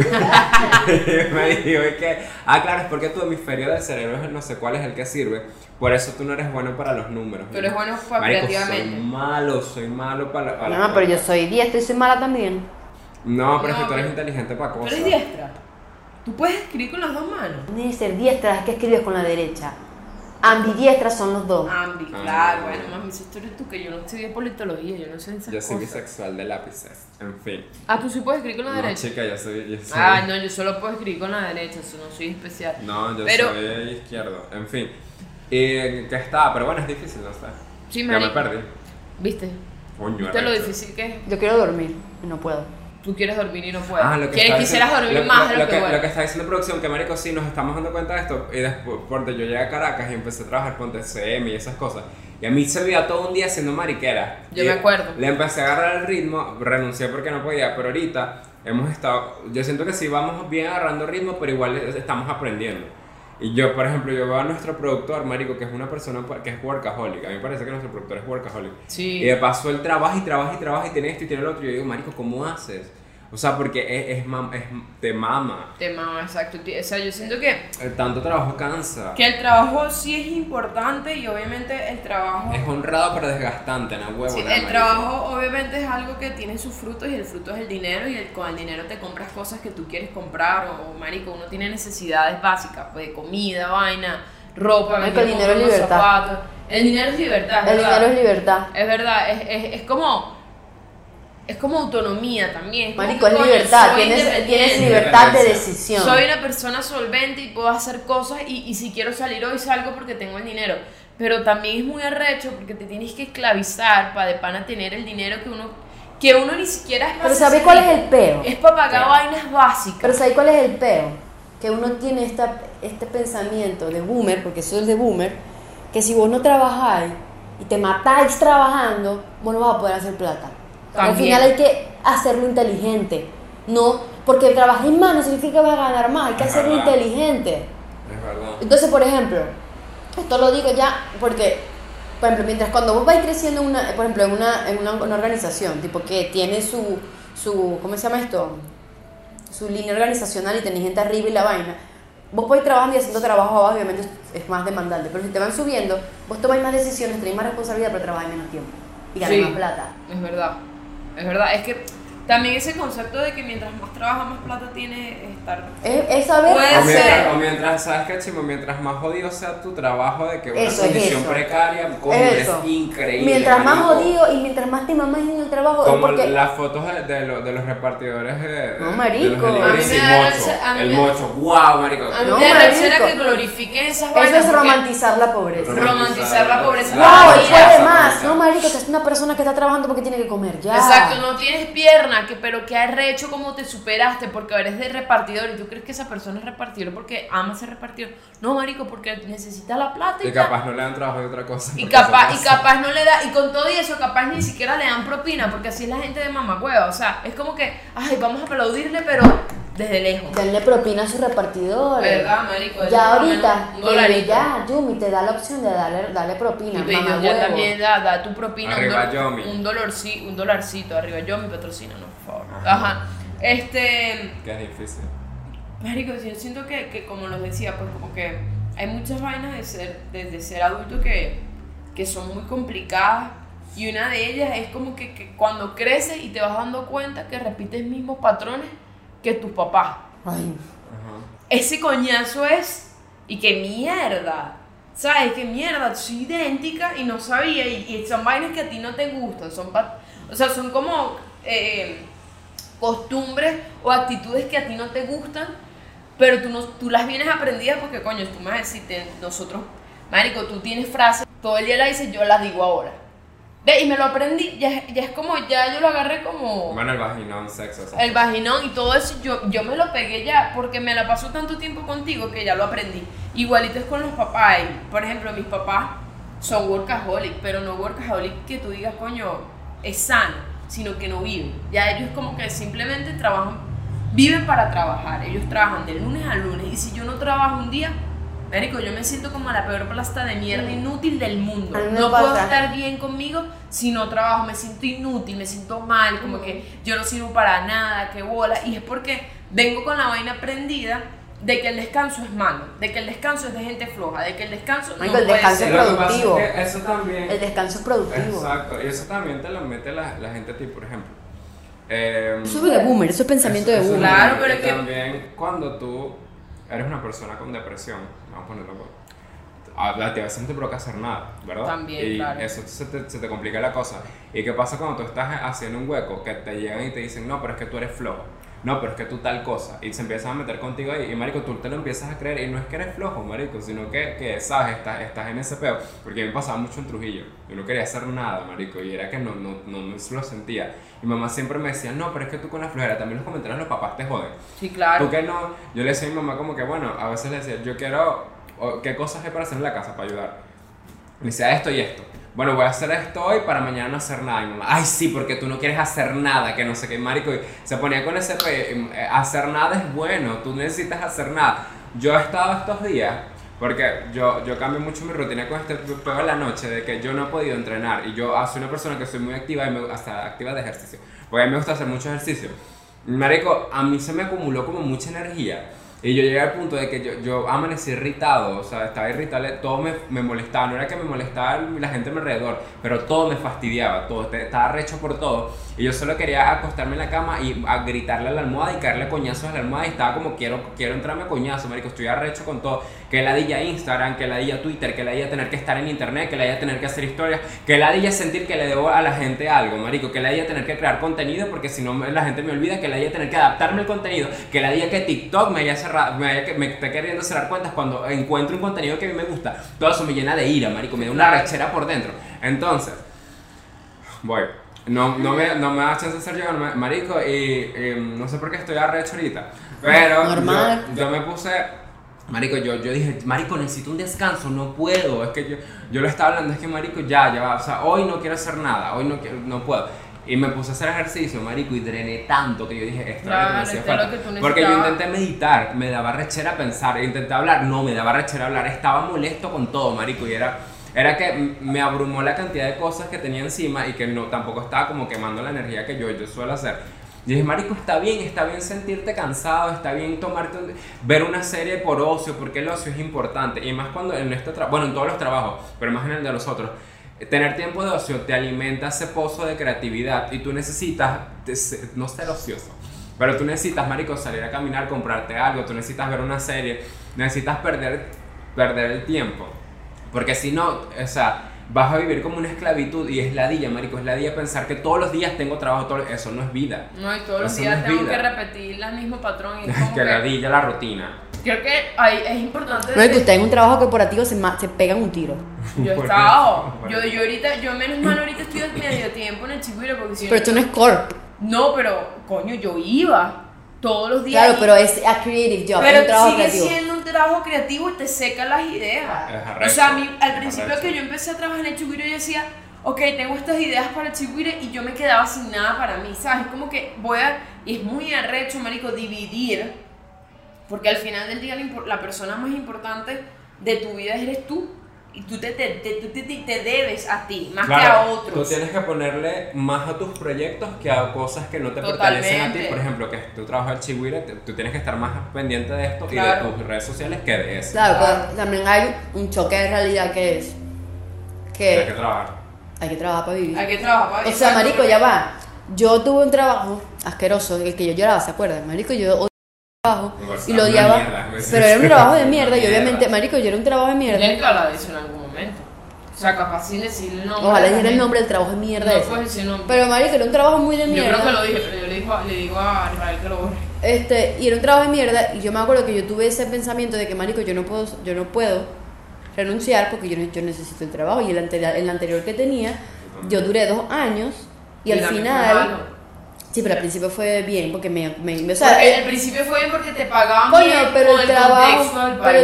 S1: me dijo, es que, claro, es porque tu hemisferio del cerebro no sé cuál es el que sirve, por eso tú no eres bueno para los números.
S2: Tú eres bueno para creativamente.
S1: Soy malo para
S3: No, pero yo soy diestra y soy mala también.
S1: No, pero es que tú eres inteligente para cosas.
S2: ¿Tú eres diestra? ¿Tú puedes escribir con las dos manos?
S3: No debe ser diestra, es que escribes con la derecha. Ambidiestras son los dos.
S2: Claro, bueno, mami, eso eres tú, que yo no estudié politología, yo no sé esas cosas.
S1: Yo soy bisexual de lápices, en fin.
S2: ¿Tú sí puedes escribir con la derecha?
S1: No, chica, yo soy...
S2: No, yo solo puedo escribir con la derecha, eso no soy especial.
S1: No, yo soy izquierdo, en fin. Y que está, pero bueno, es difícil, no sé.
S2: Sí,
S1: ya me perdí.
S2: ¿Viste?
S1: Coño,
S2: ¿Viste lo difícil que es?
S3: Yo quiero dormir y no puedo.
S2: Tú quieres dormir y no puedes.
S1: Quisieras
S2: dormir más de lo que puedes.
S1: Lo que está diciendo producción, que marico, sí, nos estamos dando cuenta de esto. Y después, porque yo llegué a Caracas y empecé a trabajar con TCM y esas cosas. Y a mí se veía todo un día haciendo mariquera.
S2: Yo me acuerdo.
S1: Le empecé a agarrar el ritmo, renuncié porque no podía, pero ahorita hemos estado... Yo siento que sí vamos bien agarrando ritmo, pero igual estamos aprendiendo. Y yo, por ejemplo, yo veo a nuestro productor, marico, que es una persona que es workaholic. A mí me parece que nuestro productor es workaholic.
S2: Sí.
S1: Y de paso él trabaja y tiene esto y tiene lo otro. Y yo digo, marico, ¿cómo haces? O sea, porque te mama.
S2: Te mama, exacto. O sea, yo siento que...
S1: Tanto trabajo cansa.
S2: Que el trabajo sí es importante y obviamente el trabajo...
S1: Es honrado pero desgastante, ¿no? Huevo,
S2: sí, el trabajo obviamente es algo que tiene sus frutos y el fruto es el dinero y con el dinero te compras cosas que tú quieres comprar o marico, uno tiene necesidades básicas, pues de comida, vaina, ropa,
S3: el dinero es libertad.
S2: Zapatos. El dinero es libertad,
S3: el dinero es libertad.
S2: Es verdad, es como autonomía también.
S3: Marico, es libertad, tienes libertad de decisión.
S2: Soy una persona solvente y puedo hacer cosas y si quiero salir hoy salgo porque tengo el dinero. Pero también es muy arrecho porque te tienes que esclavizar para de pana tener el dinero que uno ni siquiera es para...
S3: Pero ¿sabes cuál es el peo?
S2: Es para pagar vainas básicas.
S3: Pero ¿sabes cuál es el peo? Que uno tiene este pensamiento de boomer, porque eso es de boomer, que si vos no trabajáis y te matáis trabajando, vos no vas a poder hacer plata. Al final hay que hacerlo inteligente, no porque trabajes más no significa que vas a ganar más, hay que hacerlo inteligente.
S1: Es verdad.
S3: Entonces, por ejemplo, esto lo digo ya porque, por ejemplo, mientras cuando vos vais creciendo por ejemplo, en una organización, tipo que tiene su ¿cómo se llama esto? Su línea organizacional y tenés gente arriba y la vaina, vos podés ir trabajando y haciendo trabajo abajo, obviamente es más demandante, pero si te van subiendo, vos tomáis más decisiones, tenéis más responsabilidad, pero trabajáis menos tiempo y ganáis más plata.
S2: Es verdad, es que también ese concepto de que mientras más trabajas más plata tiene estar...
S3: Es saber...
S1: O mientras, ¿sabes qué, Chimo? Mientras más jodido sea tu trabajo de que una condición precaria, como es increíble.
S3: Mientras más jodido y mientras más te mamas en el trabajo...
S1: Como
S3: porque...
S1: las fotos de los repartidores
S3: no, marico.
S1: El mocho, wow, marico.
S2: A mí me da que glorifiquen esas vainas.
S3: Eso es romantizar la pobreza.
S2: Romantizar la pobreza.
S3: Wow, él puede más. No, marico, que es una persona que está trabajando porque tiene que comer ya.
S2: Exacto, no tienes piernas, persona, pero que arrecho como te superaste porque eres de repartidor y tú crees que esa persona es repartidor porque ama ser repartidor. No, marico, porque necesita la plata
S1: y capaz no le dan trabajo de otra cosa.
S2: Y capaz no le da, y con todo y eso capaz ni siquiera le dan propina, porque así es la gente de mamagüeva. O sea, es como que, ay, vamos a aplaudirle, pero desde lejos.
S3: Denle propina a sus repartidores.
S2: ¿Verdad, marico?
S3: Ya ahorita,
S2: un dolarito.
S3: ya, Yumi te da la opción de darle propina.
S2: Y ellos ya también da tu propina.
S1: Arriba Yomi.
S2: Un dolarcito, arriba Yomi, patrocina, no, por favor. Ajá.
S1: Que es difícil.
S2: Marico, yo siento que como los decía, pues como que hay muchas vainas de ser adulto que son muy complicadas. Y una de ellas es como que cuando creces y te vas dando cuenta que repites mismos patrones que tus papás.
S3: Ay.
S1: Ajá.
S2: Ese coñazo es, y qué mierda, ¿sabes? Qué mierda, soy idéntica y no sabía, y son vainas que a ti no te gustan, o sea, son como costumbres o actitudes que a ti no te gustan, pero tú las vienes aprendidas porque, coño, tú me vas a decir, nosotros, marico, tú tienes frases, todo el día la dices, yo las digo ahora. Ve, y me lo aprendí, ya es como, ya yo lo agarré como...
S1: Bueno, el vaginón, sexo.
S2: El vaginón y todo eso, yo me lo pegué ya, porque me la paso tanto tiempo contigo que ya lo aprendí. Igualito es con los papás. Por ejemplo, mis papás son workaholic, pero no workaholic que tú digas, coño, es sano, sino que no viven. Ya ellos como que simplemente viven para trabajar. Ellos trabajan de lunes a lunes, y si yo no trabajo un día... Marico, yo me siento como la peor plasta de mierda inútil del mundo. No puedo estar bien conmigo si no trabajo. Me siento inútil, me siento mal, como que yo no sirvo para nada, que bola. Y es porque vengo con la vaina prendida de que el descanso es malo, de que el descanso es de gente floja, de que el descanso
S3: Marico,
S2: no
S3: el
S2: puede
S3: descanso
S2: ser.
S3: es productivo.
S1: Lo que pasa es que eso también...
S3: El descanso es productivo.
S1: Exacto, y eso también te lo mete la gente a ti, por ejemplo.
S3: Eso es de boomer, eso es pensamiento de
S1: Eso
S3: boomer.
S2: Claro, pero
S1: y
S2: es que-
S1: también cuando tú eres una persona con depresión, vamos a ponerlo por... A ti a veces no te provoca hacer nada, ¿verdad?
S2: También,
S1: y
S2: claro.
S1: eso se te complica la cosa. ¿Y qué pasa cuando tú estás haciendo un hueco? Que te llegan y te dicen, no, pero es que tú eres flojo. No, pero es que tú tal cosa. Y se empiezan a meter contigo ahí. Y marico, tú te lo empiezas a creer. Y no es que eres flojo, marico, sino que sabes, estás en ese peo. Porque a mí me pasaba mucho en Trujillo. Yo no quería hacer nada, marico. Y era que no lo sentía. Mi mamá siempre me decía, no, pero es que tú con la flojera, también los comentarios de los papás te joden.
S2: Sí, claro.
S1: Tú que no. Yo le decía a mi mamá como que, bueno, a veces le decía, yo quiero... ¿Qué cosas hay para hacer en la casa para ayudar? Me decía esto y esto. Bueno, voy a hacer esto hoy para mañana no hacer nada. Y mi mamá, ay, sí, porque tú no quieres hacer nada, que no sé qué, marico. Y se ponía con ese hacer nada es bueno, tú necesitas hacer nada. Yo he estado estos días, porque yo cambio mucho mi rutina con este pego de la noche, de que yo no he podido entrenar. Y yo soy una persona que soy muy activa, hasta activa de ejercicio. Porque a mí me gusta hacer mucho ejercicio. Marico, a mí se me acumuló como mucha energía. Y yo llegué al punto de que yo amanecí irritado, o sea, estaba irritable, todo me molestaba, no era que me molestaba la gente a mi alrededor, pero todo me fastidiaba, todo, estaba recho por todo. Y yo solo quería acostarme en la cama y a gritarle a la almohada y caerle coñazos a la almohada, y estaba como, quiero entrarme a coñazos, marico, estoy arrecho con todo. Que ladilla Instagram, que ladilla Twitter, que ladilla tener que estar en internet, que ladilla tener que hacer historias, que ladilla sentir que le debo a la gente algo, marico, que ladilla tener que crear contenido porque si no la gente me olvida, que ladilla tener que adaptarme al contenido, que ladilla que TikTok me esté queriendo cerrar cuentas cuando encuentro un contenido que a mí me gusta. Todo eso me llena de ira, marico, me da una rechera por dentro. Entonces, voy. No me da chance de ser yo, marico, y no sé por qué estoy arrecho ahorita, pero
S3: Normal.
S1: yo me puse... Marico, yo dije, marico, necesito un descanso, no puedo, es que yo lo estaba hablando, es que marico, ya va, o sea, hoy no quiero hacer nada, hoy no puedo. Y me puse a hacer ejercicio, marico, y drené tanto que yo dije, esto
S2: Claro,
S1: es lo que me hacía
S2: esto es lo
S1: falta.
S2: que tú
S1: Porque yo
S2: necesitabas.
S1: intenté meditar, me daba rechera pensar, intenté hablar, no, me daba rechera hablar, estaba molesto con todo, marico, y era que me abrumó la cantidad de cosas que tenía encima y que tampoco estaba como quemando la energía que yo suelo hacer. Y dije, marico, está bien sentirte cansado, está bien ver una serie por ocio, porque el ocio es importante. Y más cuando en en todos los trabajos, pero más en el de los otros, tener tiempo de ocio te alimenta ese pozo de creatividad y tú necesitas, no ser ocioso, pero tú necesitas, marico, salir a caminar, comprarte algo, tú necesitas ver una serie, necesitas perder el tiempo. Porque si no, o sea, vas a vivir como una esclavitud y es ladilla, marico, es ladilla pensar que todos los días tengo trabajo, eso no es vida.
S2: No, y todos los
S1: Eso
S2: días
S1: no es
S2: tengo
S1: vida.
S2: que repetir el mismo patrón y es como
S1: Que ladilla la rutina.
S2: creo que es importante
S3: Pero que usted en un trabajo corporativo se pegan un tiro.
S2: yo he
S1: ¿Por qué?
S2: estado
S1: ¿Por
S2: yo
S1: qué?
S2: ahorita, yo menos mal ahorita estoy medio tiempo en el Chihuahua porque si
S3: Pero esto no es corp.
S2: No, pero coño, yo iba todos los días.
S3: Claro, pero es a creative job, es
S2: Pero
S3: un trabajo
S2: sigue
S3: creativo.
S2: siendo un trabajo creativo y te seca las ideas.
S1: Es
S2: O
S1: arrecho,
S2: sea, a mí, al
S1: es
S2: principio
S1: arrecho.
S2: que yo empecé a trabajar en el Chigüire, yo decía, ok, tengo estas ideas para el Chigüire y yo me quedaba sin nada para mí, ¿sabes? Es como que y es muy arrecho, marico, dividir, porque al final del día la persona más importante de tu vida eres tú. Y tú te debes a ti, más que a
S1: Claro,
S2: otros.
S1: tú tienes que ponerle más a tus proyectos que a cosas que no te pertenecen a ti.
S2: Totalmente.
S1: Por ejemplo, que tu trabajo al Chigüire, tú tienes que estar más pendiente de esto
S2: Claro.
S1: y de tus redes sociales que de eso.
S3: Claro,
S2: Claro.
S3: pero también hay un choque de realidad que es
S1: Tienes que
S3: que
S1: trabajar.
S3: hay que trabajar para vivir.
S2: Hay que trabajar.
S3: O sea, marico, ya va. Yo tuve un trabajo asqueroso, el que yo lloraba, ¿se acuerdan? Marico, yo odiaba el trabajo y lo odiaba. Pero era un trabajo de mierda y obviamente, marico, yo era un trabajo de mierda.
S2: Tienes que hablar de eso en algún momento. O sea, capaz sin decirle el nombre.
S3: Ojalá
S2: de la
S3: dijera el
S2: gente.
S3: nombre del trabajo de mierda
S2: No
S3: ese.
S2: puedes decir nombre.
S3: Pero marico, era un trabajo muy de
S2: Yo
S3: mierda.
S2: creo que lo dije, pero yo le digo a Israel que lo borre.
S3: Y era un trabajo de mierda y yo me acuerdo que yo tuve ese pensamiento de que marico, yo no puedo renunciar porque yo necesito el trabajo y el anterior que tenía, yo duré 2 años y al
S2: Mira, que fue
S3: final,
S2: malo.
S3: sí, pero al principio fue bien porque o sea,
S2: Porque al principio fue bien porque te pagaban
S3: coño,
S2: bien
S3: pero
S2: con
S3: el
S2: contexto del
S3: trabajo,
S2: país.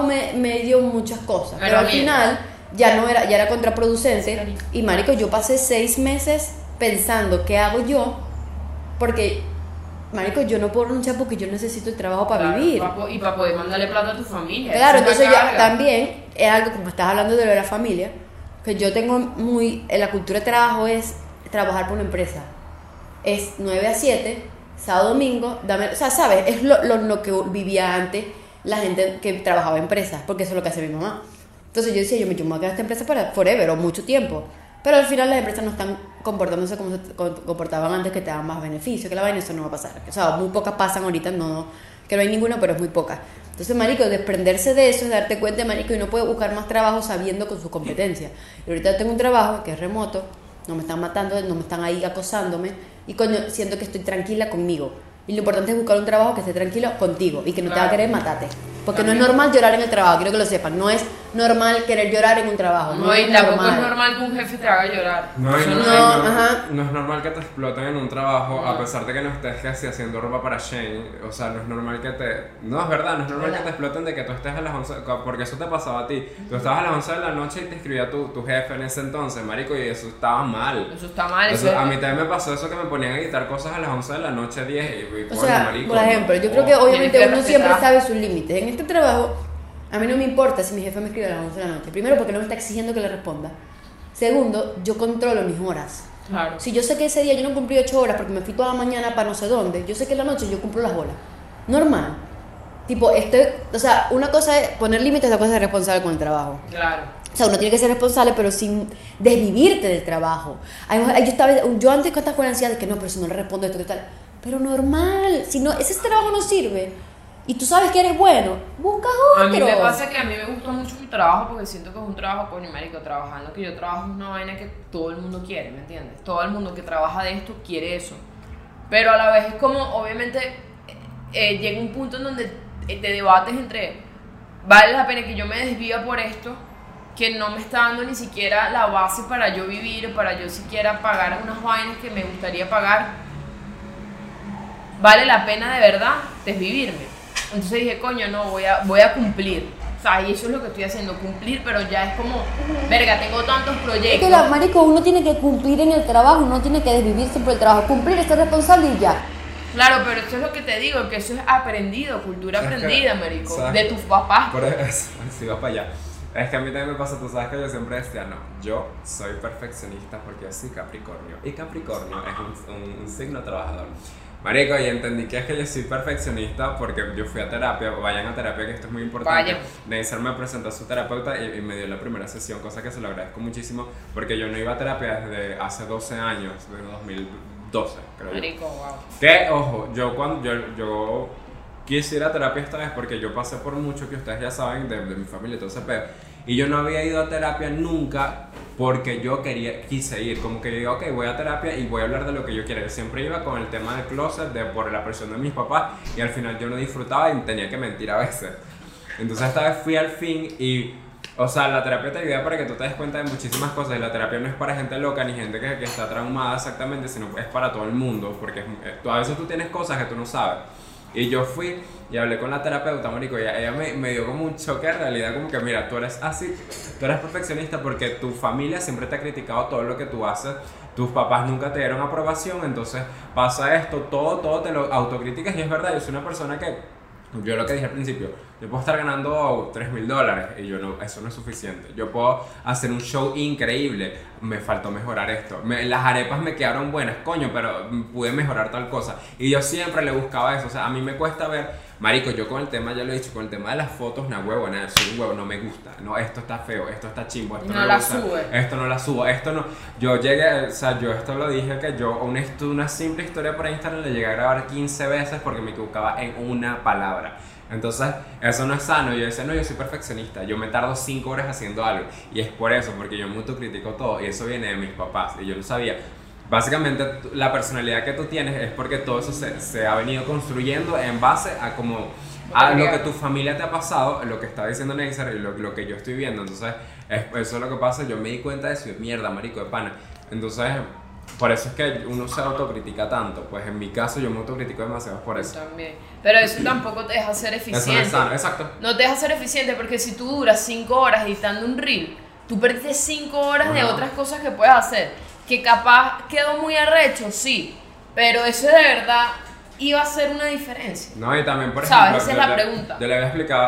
S3: me dio muchas cosas, pero
S2: Pero
S3: al
S2: mierda.
S3: final ya era contraproducente y marico, yo pasé 6 meses pensando qué hago yo porque marico, yo no puedo renunciar porque yo necesito el trabajo para
S2: Claro,
S3: vivir.
S2: y para poder mandarle plata a tu familia.
S3: Claro,
S2: Esa es
S3: entonces
S2: la
S3: ya
S2: carga.
S3: también es algo como estás hablando de lo de la familia, que yo tengo en la cultura de trabajo es trabajar por una empresa. Es 9 a 7, sábado, domingo, o sea, ¿sabes? Es lo que vivía antes la gente que trabajaba en empresas, porque eso es lo que hace mi mamá. Entonces yo decía, yo me voy a quedar esta empresa para forever o mucho tiempo. Pero al final las empresas no están comportándose como se comportaban antes, que te daban más beneficios, que la vaina, eso no va a pasar. O sea, muy pocas pasan ahorita, que no hay ninguna, pero es muy poca. Entonces, marico, desprenderse de eso es darte cuenta, marico, y no puedes buscar más trabajo sabiendo con sus competencias. Y ahorita tengo un trabajo que es remoto, no me están matando, no me están ahí acosándome, y coño, siento que estoy tranquila conmigo. Y lo importante es buscar un trabajo que esté tranquilo contigo y que no te haga querer matarte. Porque no es normal llorar en el trabajo, quiero que lo sepan. No es normal querer llorar en un trabajo.
S2: No, y tampoco es normal que un jefe te haga llorar.
S1: No,
S2: Eso
S3: ajá.
S1: no es normal que te exploten en un trabajo a pesar de que no estés casi haciendo ropa para Shane. O sea, no es normal que te... No, es verdad, no es normal que te exploten de que tú estés a las 11... Porque eso te pasaba a ti. Tú estabas a las 11 de la noche y te escribía tu jefe en ese entonces, marico, y eso estaba mal.
S2: Eso está mal.
S1: A mí también me pasó eso, que me ponían a editar cosas a las 11 de la noche, 10 y
S3: O
S1: coño,
S3: sea,
S1: marico,
S3: por ejemplo, yo creo que
S2: Tienes
S3: obviamente
S2: que
S3: uno siempre
S2: respetar.
S3: sabe sus límites. En este trabajo, a mí no me importa si mi jefe me escribe a las 11 de la noche. Primero, porque no me está exigiendo que le responda. Segundo, yo controlo mis horas.
S2: Claro.
S3: Si yo sé que ese día yo no cumplí 8 horas porque me fui toda la mañana para no sé dónde, yo sé que en la noche yo cumplo las horas. Normal. Tipo, o sea, una cosa es poner límites, otra cosa es ser responsable con el trabajo.
S2: Claro.
S3: O sea, uno tiene que ser responsable, pero sin desvivirte del trabajo. Yo antes estaba con la ansiedad de que no, pero si no le respondo esto, ¿qué tal? Pero normal, si no, ese trabajo no sirve y tú sabes que eres bueno, busca otro.
S2: A mí me pasa que a mí me gusta mucho mi trabajo porque siento que es un trabajo, coño, marico, trabajando que yo trabajo es una vaina que todo el mundo quiere, ¿me entiendes? Todo el mundo que trabaja de esto quiere eso. Pero a la vez es como, obviamente, llega un punto en donde te debates entre, vale la pena que yo me desvíe por esto, que no me está dando ni siquiera la base para yo vivir, para yo siquiera pagar unas vainas que me gustaría pagar. Vale la pena de verdad desvivirme. Entonces dije, coño, no, voy a cumplir. O sea, y eso es lo que estoy haciendo, cumplir, pero ya es como, verga, tengo tantos
S3: Es
S2: proyectos.
S3: que, marico, uno tiene que cumplir en el trabajo, uno tiene que desvivirse por el trabajo. Cumplir, ser responsable y ya.
S2: Claro, pero eso es lo que te digo, que eso es aprendido, cultura
S1: Es que,
S2: aprendida, marico,
S1: ¿sabes?
S2: de tus papás.
S1: Por eso, si vas para allá. Es que a mí también me pasa, tú sabes que yo siempre decía, no, yo soy perfeccionista porque yo soy Capricornio. Y Capricornio es un signo trabajador. Marico, y entendí que es que yo soy perfeccionista porque yo fui a terapia, vayan a terapia, que esto es muy importante.
S2: Vayan.
S1: Neisser me presentó a su terapeuta y me dio la primera sesión, cosa que se lo agradezco muchísimo porque yo no iba a terapia desde hace 12 años, desde 2012, creo yo.
S2: Marico, wow.
S1: Que, ojo, yo quise ir a terapia esta vez porque yo pasé por mucho que ustedes ya saben de mi familia y todo ese pedo. Y yo no había ido a terapia nunca porque yo quise ir. Como que yo digo, ok, voy a terapia y voy a hablar de lo que yo quiero. Yo siempre iba con el tema del closet, por la presión de mis papás, y al final yo no disfrutaba y tenía que mentir a veces. Entonces esta vez fui al fin y O sea, la terapia te ayuda para que tú te des cuenta de muchísimas cosas. Y la terapia no es para gente loca ni gente que está traumada exactamente, sino es para todo el mundo. Porque a veces tú tienes cosas que tú no sabes. Y yo fui y hablé con la terapeuta, marico, y ella me dio como un choque de realidad, como que mira, tú eres así, tú eres perfeccionista porque tu familia siempre te ha criticado todo lo que tú haces, tus papás nunca te dieron aprobación, entonces pasa esto, todo te lo autocriticas y es verdad, yo soy una persona que, yo lo que dije al principio, yo puedo estar ganando $3,000 y yo no, eso no es suficiente. Yo puedo hacer un show increíble, me faltó mejorar esto. Las arepas me quedaron buenas, coño, pero pude mejorar tal cosa. Y yo siempre le buscaba eso, o sea, a mí me cuesta ver, marico, yo con el tema, ya lo he dicho, con el tema de las fotos, no huevo, nada, soy un huevo, no me gusta. No, esto está feo, esto está chimbo, esto no
S2: la
S1: gusta,
S2: sube.
S1: esto no la subo, esto no. Yo llegué, o sea, yo esto lo dije que yo una simple historia por Instagram le llegué a grabar 15 veces porque me equivocaba en una palabra. Entonces, eso no es sano. Yo decía, no, yo soy perfeccionista, yo me tardo 5 horas haciendo algo. Y es por eso, porque yo me autocritico todo. Y eso viene de mis papás. Y yo no sabía. Básicamente, la personalidad que tú tienes es porque todo eso se ha venido construyendo en base a como a lo que tu familia te ha pasado, lo que está diciendo Neisser y lo que yo estoy viendo. Entonces, eso es lo que pasa. Yo me di cuenta de eso. Mierda, marico, de pana. Entonces, por eso es que uno se autocritica tanto. Pues en mi caso yo me autocritico demasiado por eso.
S2: Yo también. Pero eso tampoco te deja ser eficiente.
S1: Eso no es sano, exacto.
S2: No te deja ser eficiente porque si tú duras 5 horas editando un reel, tú perdiste 5 horas de otras cosas que puedes hacer. Que capaz quedó muy arrecho, sí. Pero eso de verdad iba a ser una diferencia.
S1: No, y también por
S2: ¿Sabes?
S1: ejemplo,
S2: Esa es la pregunta.
S1: Yo le había explicado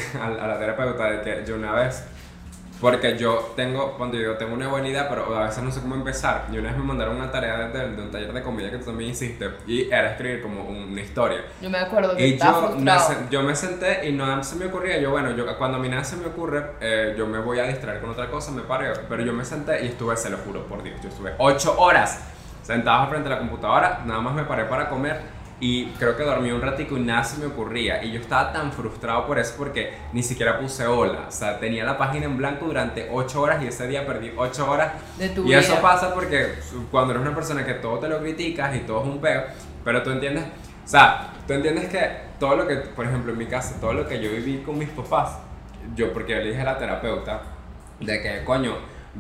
S1: a la terapeuta de que yo una vez, porque yo cuando yo tengo una buena idea, pero a veces no sé cómo empezar. Y una vez me mandaron una tarea de un taller de comida que tú también hiciste, y era escribir como una historia.
S2: Yo me acuerdo que
S1: Y
S2: estaba frustrado.
S1: yo me senté y no se me ocurría, cuando a mí nada se me ocurre, yo me voy a distraer con otra cosa, me paro, pero yo me senté y estuve, se lo juro por Dios, yo estuve 8 horas sentado frente a la computadora, nada más me paré para comer. Y creo que dormí un ratico y nada se me ocurría. Y yo estaba tan frustrado por eso porque ni siquiera puse hola. O sea, tenía la página en blanco durante 8 horas y ese día perdí 8 horas
S2: de tu
S1: y
S2: vida.
S1: eso pasa porque cuando eres una persona que todo te lo criticas y todo es un peo, pero tú entiendes, o sea, tú entiendes que todo lo que, por ejemplo en mi caso, todo lo que yo viví con mis papás, porque yo le dije a la terapeuta de que, coño,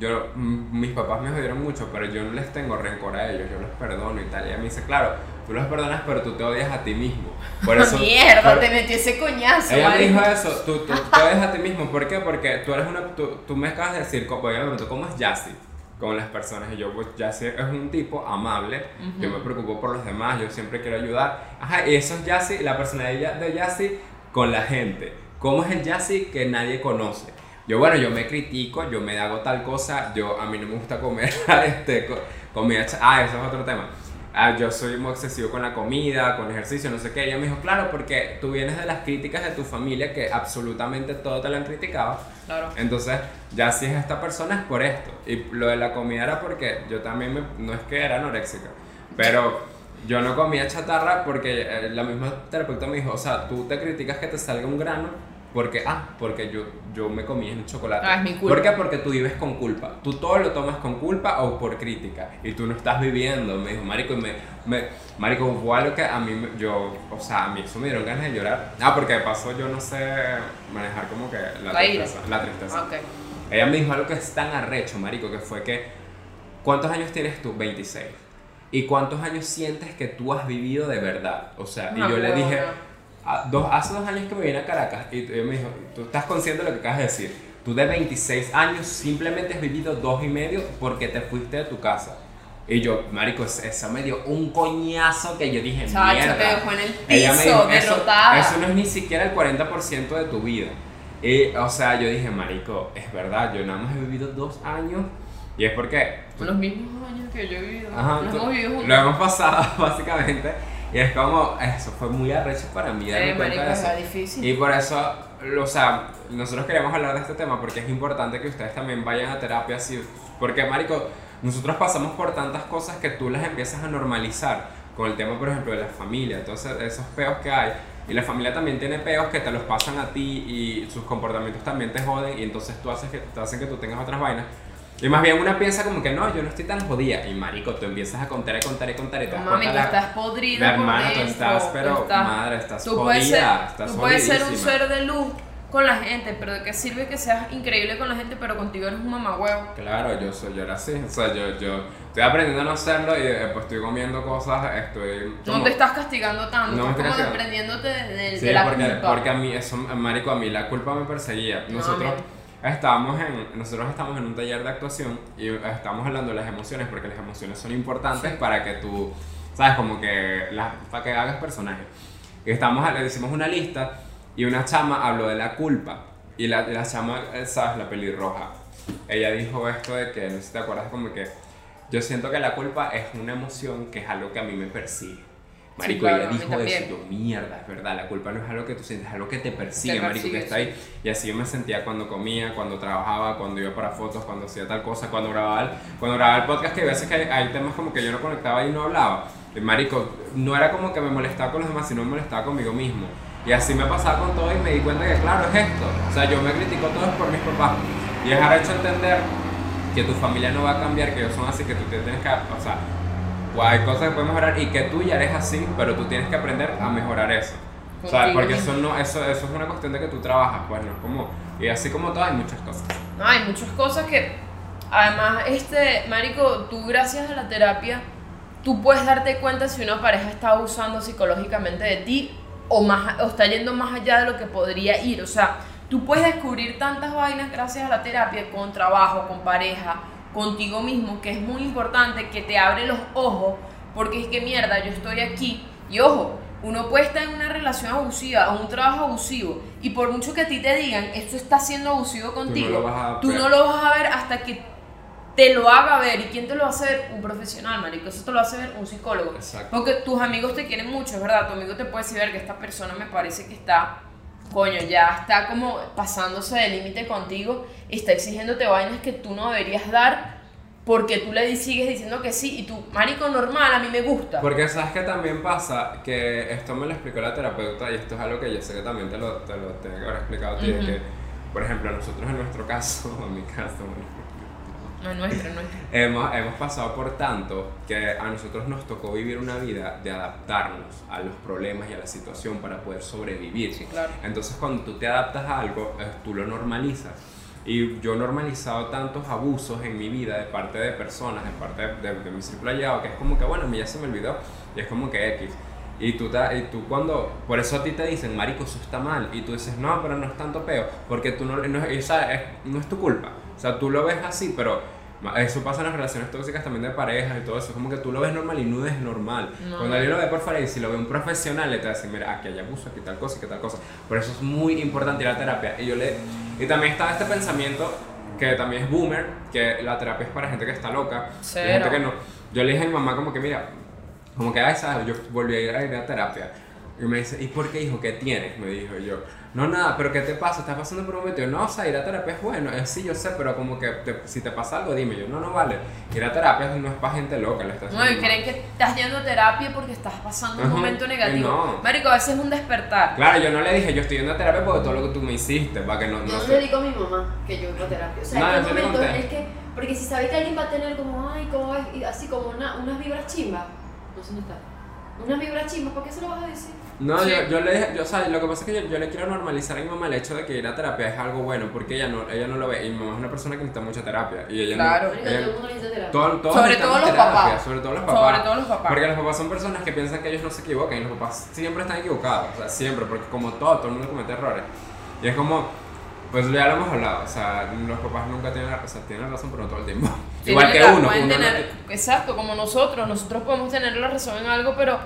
S1: mis papás me jodieron mucho, pero yo no les tengo rencor a ellos, yo los perdono y tal. Y ella me dice, claro, tú los perdonas, pero tú te odias a ti mismo. Por eso,
S2: mierda, te metió ese coñazo.
S1: Ella me dijo eso, tú te odias a ti mismo. ¿Por qué? Porque tú eres tú me acabas de decir, porque ella me preguntó, ¿cómo es Yassi con las personas? Y yo, pues Yassi es un tipo amable, yo me preocupo por los demás, yo siempre quiero ayudar. Ajá, y eso es Yassi, la personalidad de Yassi con la gente. ¿Cómo es el Yassi que nadie conoce? Yo me critico, yo me hago tal cosa, a mí no me gusta comer comida, eso es otro tema. Yo soy muy obsesivo con la comida, con el ejercicio, no sé qué. Ella me dijo, claro, porque tú vienes de las críticas de tu familia que absolutamente todo te lo han criticado.
S2: Claro.
S1: Entonces, ya si es esta persona es por esto. Y lo de la comida era porque yo también, no es que era anoréxica, pero yo no comía chatarra porque la misma terapeuta me dijo, o sea, tú te criticas que te salga un grano. Porque yo me comí en chocolate.
S2: Es mi culpa.
S1: ¿Por qué? Porque tú vives con culpa. Tú todo lo tomas con culpa o por crítica. Y tú no estás viviendo. Me dijo, marico, marico, fue algo que a mí, a mí eso me dieron ganas de llorar. Porque de paso yo no sé manejar como que la tristeza.
S2: Okay.
S1: Ella me dijo algo que es tan arrecho, marico, que fue que, ¿cuántos años tienes tú? 26. ¿Y cuántos años sientes que tú has vivido de verdad? O sea, y yo le dije... Hace 2 años que me vine a Caracas y ella me dijo, tú estás consciente de lo que acabas de decir. Tú de 26 años simplemente has vivido 2 y medio porque te fuiste de tu casa. Y yo, marico, eso me dio un coñazo que yo dije, mierda.
S2: Te dejó en el
S1: Ella me dijo,
S2: derrotada.
S1: eso no es ni siquiera el 40% de tu vida. Y, o sea, yo dije, marico, es verdad, yo nada más he vivido 2 años. Y es porque...
S2: Los mismos años que yo he vivido.
S1: Ajá,
S2: los hemos vivido juntos.
S1: Lo hemos pasado, básicamente. Y es como, eso fue muy arrecho para mí darme cuenta de eso.
S2: Difícil.
S1: Y por eso, o sea, nosotros queríamos hablar de este tema porque es importante que ustedes también vayan a terapia así. Porque, marico, nosotros pasamos por tantas cosas que tú las empiezas a normalizar. Con el tema, por ejemplo, de la familia. Entonces, esos peos que hay. Y la familia también tiene peos que te los pasan a ti y sus comportamientos también te joden. Y entonces te hacen que tú tengas otras vainas. Y más bien una piensa como que no, yo no estoy tan jodida. Y marico, tú empiezas a contar y te das
S2: mami, tú estás podrida por
S1: hermana,
S2: dentro.
S1: tú estás, pero madre, estás
S2: tú
S1: jodida,
S2: tú puedes ser un ser de luz, con la gente, pero ¿de qué sirve que seas increíble con la gente, pero contigo eres un mamagüevo?
S1: Claro, yo era así, o sea, yo estoy aprendiendo a no hacerlo y pues estoy comiendo cosas, estoy...
S2: No te estás castigando tanto,
S1: No me
S2: estás
S1: estoy
S2: como
S1: castigando.
S2: desprendiéndote
S1: Sí,
S2: de la
S1: porque,
S2: culpa.
S1: porque a mí, eso, marico, a mí la culpa me perseguía. Nosotros estábamos en un taller de actuación y estábamos hablando de las emociones, porque las emociones son importantes para que tú, sabes, como que, para que hagas personajes. Y le hicimos una lista y una chama habló de la culpa. Y la chama, sabes, la pelirroja, ella dijo esto de que, no sé si te acuerdas, como que yo siento que la culpa es una emoción que es algo que a mí me persigue. Marico,
S2: Sí, claro,
S1: ella
S2: a mí
S1: dijo
S2: también.
S1: eso, yo, mierda, es verdad, la culpa no es algo que tú sientes, es algo que te persigue,
S2: Te
S1: marico, que
S2: persigue,
S1: está
S2: sí.
S1: ahí. Y así yo me sentía cuando comía, cuando trabajaba, cuando iba para fotos, cuando hacía tal cosa, cuando grababa el podcast, que a veces que hay temas como que yo no conectaba y no hablaba. Y, marico, no era como que me molestaba con los demás, sino me molestaba conmigo mismo. Y así me pasaba con todo y me di cuenta que, claro, es esto. O sea, yo me critico todo por mis papás. Y es haber hecho entender que tu familia no va a cambiar, que ellos son así, que tú te tienes que, o sea, hay cosas que puedes mejorar y que tú ya eres así, pero tú tienes que aprender a mejorar eso. O sea,
S2: Contigo
S1: porque
S2: mismo.
S1: eso es una cuestión de que tú trabajas, pues no es como, y así como todo hay muchas cosas.
S2: No, hay muchas cosas que, además, marico, tú gracias a la terapia, tú puedes darte cuenta si una pareja está abusando psicológicamente de ti o está yendo más allá de lo que podría ir. O sea, tú puedes descubrir tantas vainas gracias a la terapia, con trabajo, con pareja, contigo mismo, que es muy importante, que te abre los ojos, porque es que mierda, yo estoy aquí, y ojo, uno puede estar en una relación abusiva o un trabajo abusivo, y por mucho que a ti te digan, esto está siendo abusivo contigo, tú no lo vas a ver hasta que te lo haga ver. ¿Y quién te lo va a hacer? Un profesional, marico. Eso te lo hace ver un psicólogo.
S1: Exacto.
S2: Porque tus amigos te quieren mucho, es verdad. Tu amigo te puede decir, ver que esta persona me parece que está, coño, ya está como pasándose de límite contigo, está exigiéndote vainas que tú no deberías dar, porque tú le sigues diciendo que sí, y tú, marico, normal, a mí me gusta.
S1: Porque sabes que también pasa, que esto me lo explicó la terapeuta y esto es algo que yo sé que también te lo tengo que haber explicado a ti, es que, por ejemplo, nosotros en nuestro caso, en mi caso,
S2: No es nuestro.
S1: hemos pasado por tanto que a nosotros nos tocó vivir una vida de adaptarnos a los problemas y a la situación para poder sobrevivir.
S2: Sí, claro.
S1: Entonces cuando tú te adaptas a algo, tú lo normalizas. Y yo he normalizado tantos abusos en mi vida de parte de personas, de parte de mi círculo allegado, que es como que, bueno, a mí ya se me olvidó, y es como que X. Y tú cuando, por eso a ti te dicen, marico, eso está mal, y tú dices, no, pero no es tanto peo, porque tú no es tu culpa. O sea, tú lo ves así, pero eso pasa en las relaciones tóxicas también de parejas y todo eso. Es como que tú lo ves normal y no es normal.
S2: No.
S1: Cuando alguien lo ve por fuera y si lo ve un profesional, le te va a decir, mira, aquí hay abuso, aquí tal cosa, aquí tal cosa. Por eso es muy importante ir a la terapia. Y también está este pensamiento que también es boomer, que la terapia es para gente que está loca.
S2: Cero.
S1: Y gente que no. Yo le dije a mi mamá como que, mira, como que, ay, ¿sabes? Yo volví a ir a terapia. Y me dice, ¿y por qué, hijo? ¿Qué tienes? Me dijo yo. No, nada, pero ¿qué te pasa? ¿Estás pasando por un momento? Yo, no, o sea, ir a terapia es bueno. Sí, yo sé, pero como que si te pasa algo, dime. Yo, no vale. Ir a terapia no es para gente loca. Le estás
S2: No, y creen que estás yendo a terapia porque estás pasando un momento negativo.
S1: No.
S2: Marico, a veces es un despertar.
S1: Claro, yo no le dije, yo estoy yendo a terapia porque todo lo que tú me hiciste, para que no
S3: Yo no
S1: sé.
S3: le digo a mi mamá que yo voy a terapia. O sea,
S1: No,
S3: en
S1: yo
S3: qué
S1: le
S3: momento
S1: conté.
S3: es que, porque si sabe que alguien va a tener como, ay, ¿cómo es? Y así como unas vibras chimbas. No sé dónde está. Unas vibras chimbas, ¿por qué se lo vas a decir?
S1: No,
S2: Sí.
S1: yo le dije, o sea, lo que pasa es que yo le quiero normalizar a mi mamá el hecho de que ir a terapia es algo bueno, porque ella no lo ve. Y mi mamá es una persona que necesita mucha terapia. Y ella
S2: Claro.
S3: Marico, todo el mundo necesita terapia.
S1: Todos
S2: Sobre todo
S1: necesitamos
S2: los
S1: terapia,
S2: papás.
S1: sobre todo los papás.
S2: Sobre todo los papás.
S1: Porque los papás son personas que piensan que ellos no se equivocan y los papás siempre están equivocados, o sea, siempre, porque como todo el mundo comete errores. Y es como, pues ya lo hemos hablado, o sea, los papás nunca tienen la razón, pero no todo el tiempo.
S2: Sí,
S1: Igual que
S2: nunca
S1: uno
S2: pueden
S1: no
S2: tener, exacto, como nosotros podemos tener la razón en algo, pero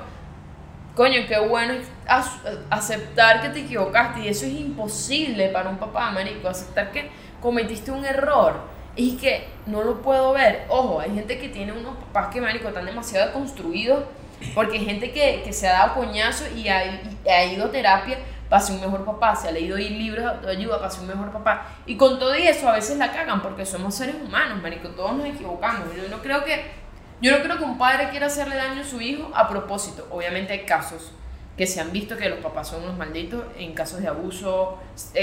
S2: coño, qué bueno es aceptar que te equivocaste, y eso es imposible para un papá, marico, aceptar que cometiste un error y que no lo puedo ver. Ojo, hay gente que tiene unos papás que, marico, están demasiado construidos, porque hay gente que se ha dado coñazo y ha ido a terapia para ser un mejor papá, se ha leído libros de autoayuda para ser un mejor papá, y con todo y eso a veces la cagan porque somos seres humanos, marico, todos nos equivocamos. Yo no creo que un padre quiera hacerle daño a su hijo a propósito. Obviamente hay casos que se han visto que los papás son unos malditos en casos de abuso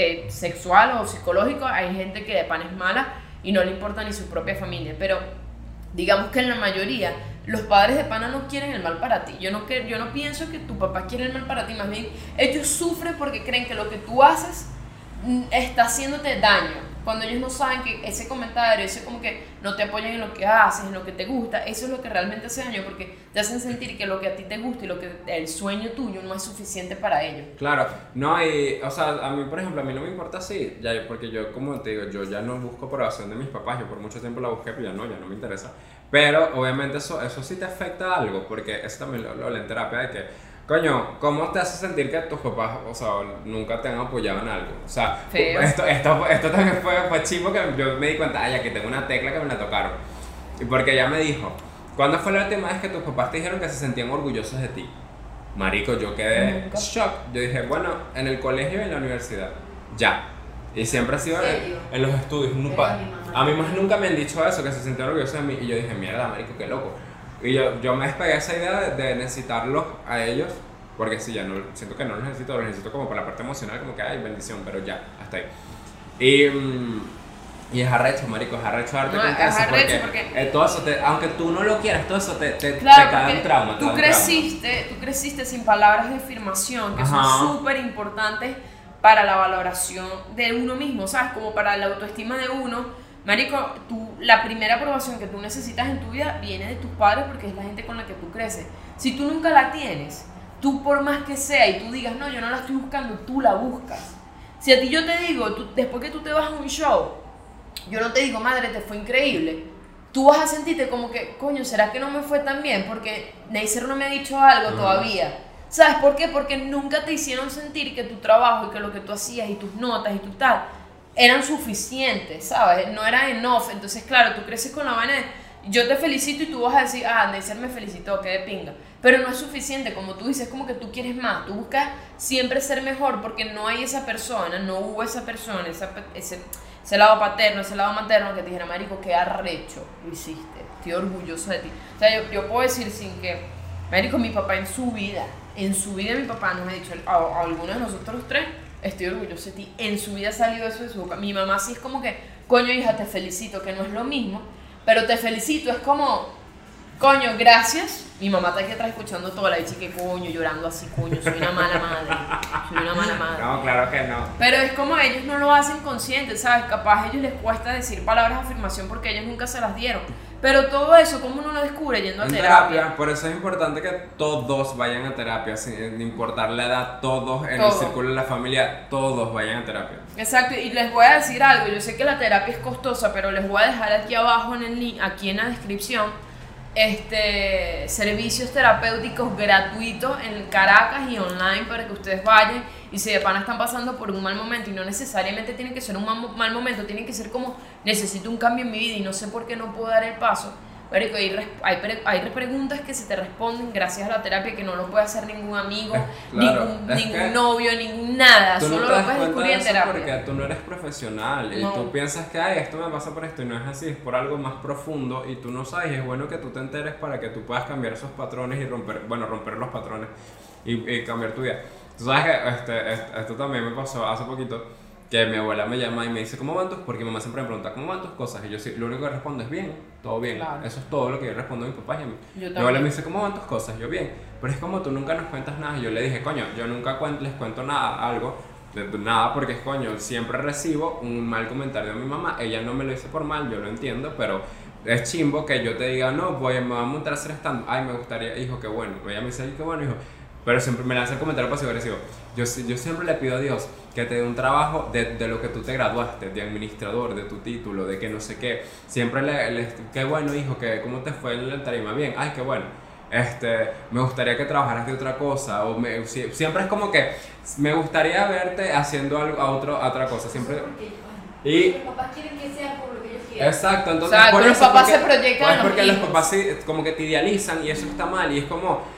S2: sexual o psicológico. Hay gente que de pan es mala y no le importa ni su propia familia, pero digamos que en la mayoría los padres de pana no quieren el mal para ti. Yo no pienso que tu papá quiere el mal para ti, más bien ellos sufren porque creen que lo que tú haces está haciéndote daño. Cuando ellos no saben que ese comentario, ese como que no te apoyan en lo que haces, en lo que te gusta, eso es lo que realmente hace daño, porque te hacen sentir que lo que a ti te gusta y lo que el sueño tuyo no es suficiente para ellos.
S1: Claro, no hay, o sea, a mí por ejemplo, a mí no me importa así, ya, porque yo como te digo, yo ya no busco aprobación de mis papás, yo por mucho tiempo la busqué, pero ya no me interesa. Pero obviamente eso sí te afecta algo, porque eso también lo hablé en terapia de que, coño, ¿cómo te hace sentir que tus papás, o sea, nunca te han apoyado en algo? O sea,
S2: Feo.
S1: esto también fue chivo que yo me di cuenta, ay, aquí tengo una tecla que me la tocaron. Y porque ella me dijo, ¿cuándo fue la última vez que tus papás te dijeron que se sentían orgullosos de ti? Marico, yo quedé
S2: Nunca.
S1: shock. Yo dije, bueno, en el colegio y en la universidad, ya. Y siempre ha sido
S3: ¿En serio?
S1: en los estudios.
S3: Pero
S1: A mí más nunca me han dicho eso, que se sentían orgullosos de mí. Y yo dije, mierda, marico, qué loco. Y yo me despegué de esa idea de necesitarlos a ellos, porque sí, ya no, siento que no los necesito como por la parte emocional, como que hay bendición, pero ya, hasta ahí. Y es arrecho, marico, es arrecho darte
S2: No,
S1: cuenta de
S2: es
S1: eso,
S2: arrecho
S1: porque todo eso, aunque tú no lo quieras, todo eso te
S2: Claro,
S1: cae
S2: porque
S1: un trauma. te
S2: tú
S1: da un trauma.
S2: creciste sin palabras de afirmación, que
S1: Ajá.
S2: son súper importantes para la valoración de uno mismo, ¿sabes? Como para la autoestima de uno. Marico, la primera aprobación que tú necesitas en tu vida viene de tus padres, porque es la gente con la que tú creces. Si tú nunca la tienes, tú por más que sea y tú digas, no, yo no la estoy buscando, tú la buscas. Si a ti yo te digo, después que tú te vas a un show, yo no te digo, madre, te fue increíble, tú vas a sentirte como que, coño, ¿será que no me fue tan bien? Porque Neisser no me ha dicho algo todavía. ¿Sabes por qué? Porque nunca te hicieron sentir que tu trabajo y que lo que tú hacías y tus notas y tu tal eran suficientes, ¿sabes? No eran enough. Entonces, claro, tú creces con la vaina de, yo te felicito y tú vas a decir, ah, Neisser me felicitó, qué de pinga. Pero no es suficiente, como tú dices, como que tú quieres más, tú buscas siempre ser mejor, porque no hay esa persona, no hubo esa persona, ese lado paterno, ese lado materno que te dijera, marico, qué arrecho lo hiciste, estoy orgulloso de ti. O sea, yo puedo decir sin que, marico, mi papá en su vida mi papá nos ha dicho, a alguno de nosotros tres, estoy orgulloso de ti, en su vida ha salido eso de su boca. Mi mamá sí es como que, coño hija, te felicito, que no es lo mismo, pero te felicito, es como, coño, gracias. Mi mamá está aquí atrás escuchando todo, la dice que coño, llorando así, coño, soy una mala madre.
S1: No, claro que no.
S2: Pero es como ellos no lo hacen conscientes, ¿sabes? Capaz a ellos les cuesta decir palabras de afirmación porque ellos nunca se las dieron. Pero todo eso, ¿cómo uno lo descubre? Yendo a
S1: En
S2: terapia.
S1: por eso es importante que todos vayan a terapia, sin importar la edad, todos en el
S2: Todo.
S1: círculo de la familia, todos vayan a terapia.
S2: Exacto, y les voy a decir algo, yo sé que la terapia es costosa, pero les voy a dejar aquí abajo en el link, aquí en la descripción, servicios terapéuticos gratuitos en Caracas y online para que ustedes vayan, y si de pana están pasando por un mal momento, y no necesariamente tiene que ser un mal momento, tiene que ser como necesito un cambio en mi vida y no sé por qué no puedo dar el paso. Marico, hay preguntas que se te responden gracias a la terapia que no lo puede hacer ningún amigo,
S1: Claro,
S2: ningún novio, ningún nada,
S1: Tú
S2: solo
S1: no te
S2: lo
S1: das
S2: puedes
S1: cuenta
S2: descubrir
S1: de
S2: en
S1: eso
S2: terapia.
S1: porque tú no eres profesional y
S2: No.
S1: tú piensas que ay, esto me pasa por esto y no es así, es por algo más profundo y tú no sabes, y es bueno que tú te enteres para que tú puedas cambiar esos patrones y romper los patrones y cambiar tu vida. Tú sabes que esto también me pasó hace poquito, que mi abuela me llama y me dice, ¿cómo van tus? Porque mi mamá siempre me pregunta, ¿cómo van tus cosas? Y yo sí, lo único que respondo es bien, todo bien.
S2: Claro.
S1: Eso es todo lo que yo respondo a mis papás y a mí.
S2: Yo
S1: Mi
S2: también.
S1: abuela me dice, ¿cómo van tus cosas? Yo bien. Pero es como tú nunca nos cuentas nada. Y yo le dije, coño, yo nunca les cuento nada, algo, nada, porque es coño, siempre recibo un mal comentario de mi mamá. Ella no me lo dice por mal, yo lo entiendo, pero es chimbo que yo te diga, no, me voy a montar a hacer stand. Ay, me gustaría, hijo, qué bueno. Ella me dice, ay, qué bueno, hijo. Pero siempre me lanza el comentario pasivo agresivo. Yo siempre le pido a Dios que te dé un trabajo de lo que tú te graduaste, de administrador, de tu título, de que no sé qué. Siempre qué bueno, hijo, que cómo te fue en la tarima. Bien, ay, qué bueno. Me gustaría que trabajaras de otra cosa. Siempre es como que me gustaría verte haciendo algo a otra cosa. Siempre. Y
S3: los papás quieren que sea por lo que ellos quieren.
S1: exacto, entonces
S2: Exacto,
S1: por
S2: los
S1: eso,
S2: papás
S1: porque-
S2: se proyectan en los
S1: porque los
S2: hijos.
S1: papás sí, como que te idealizan y eso está mal y es como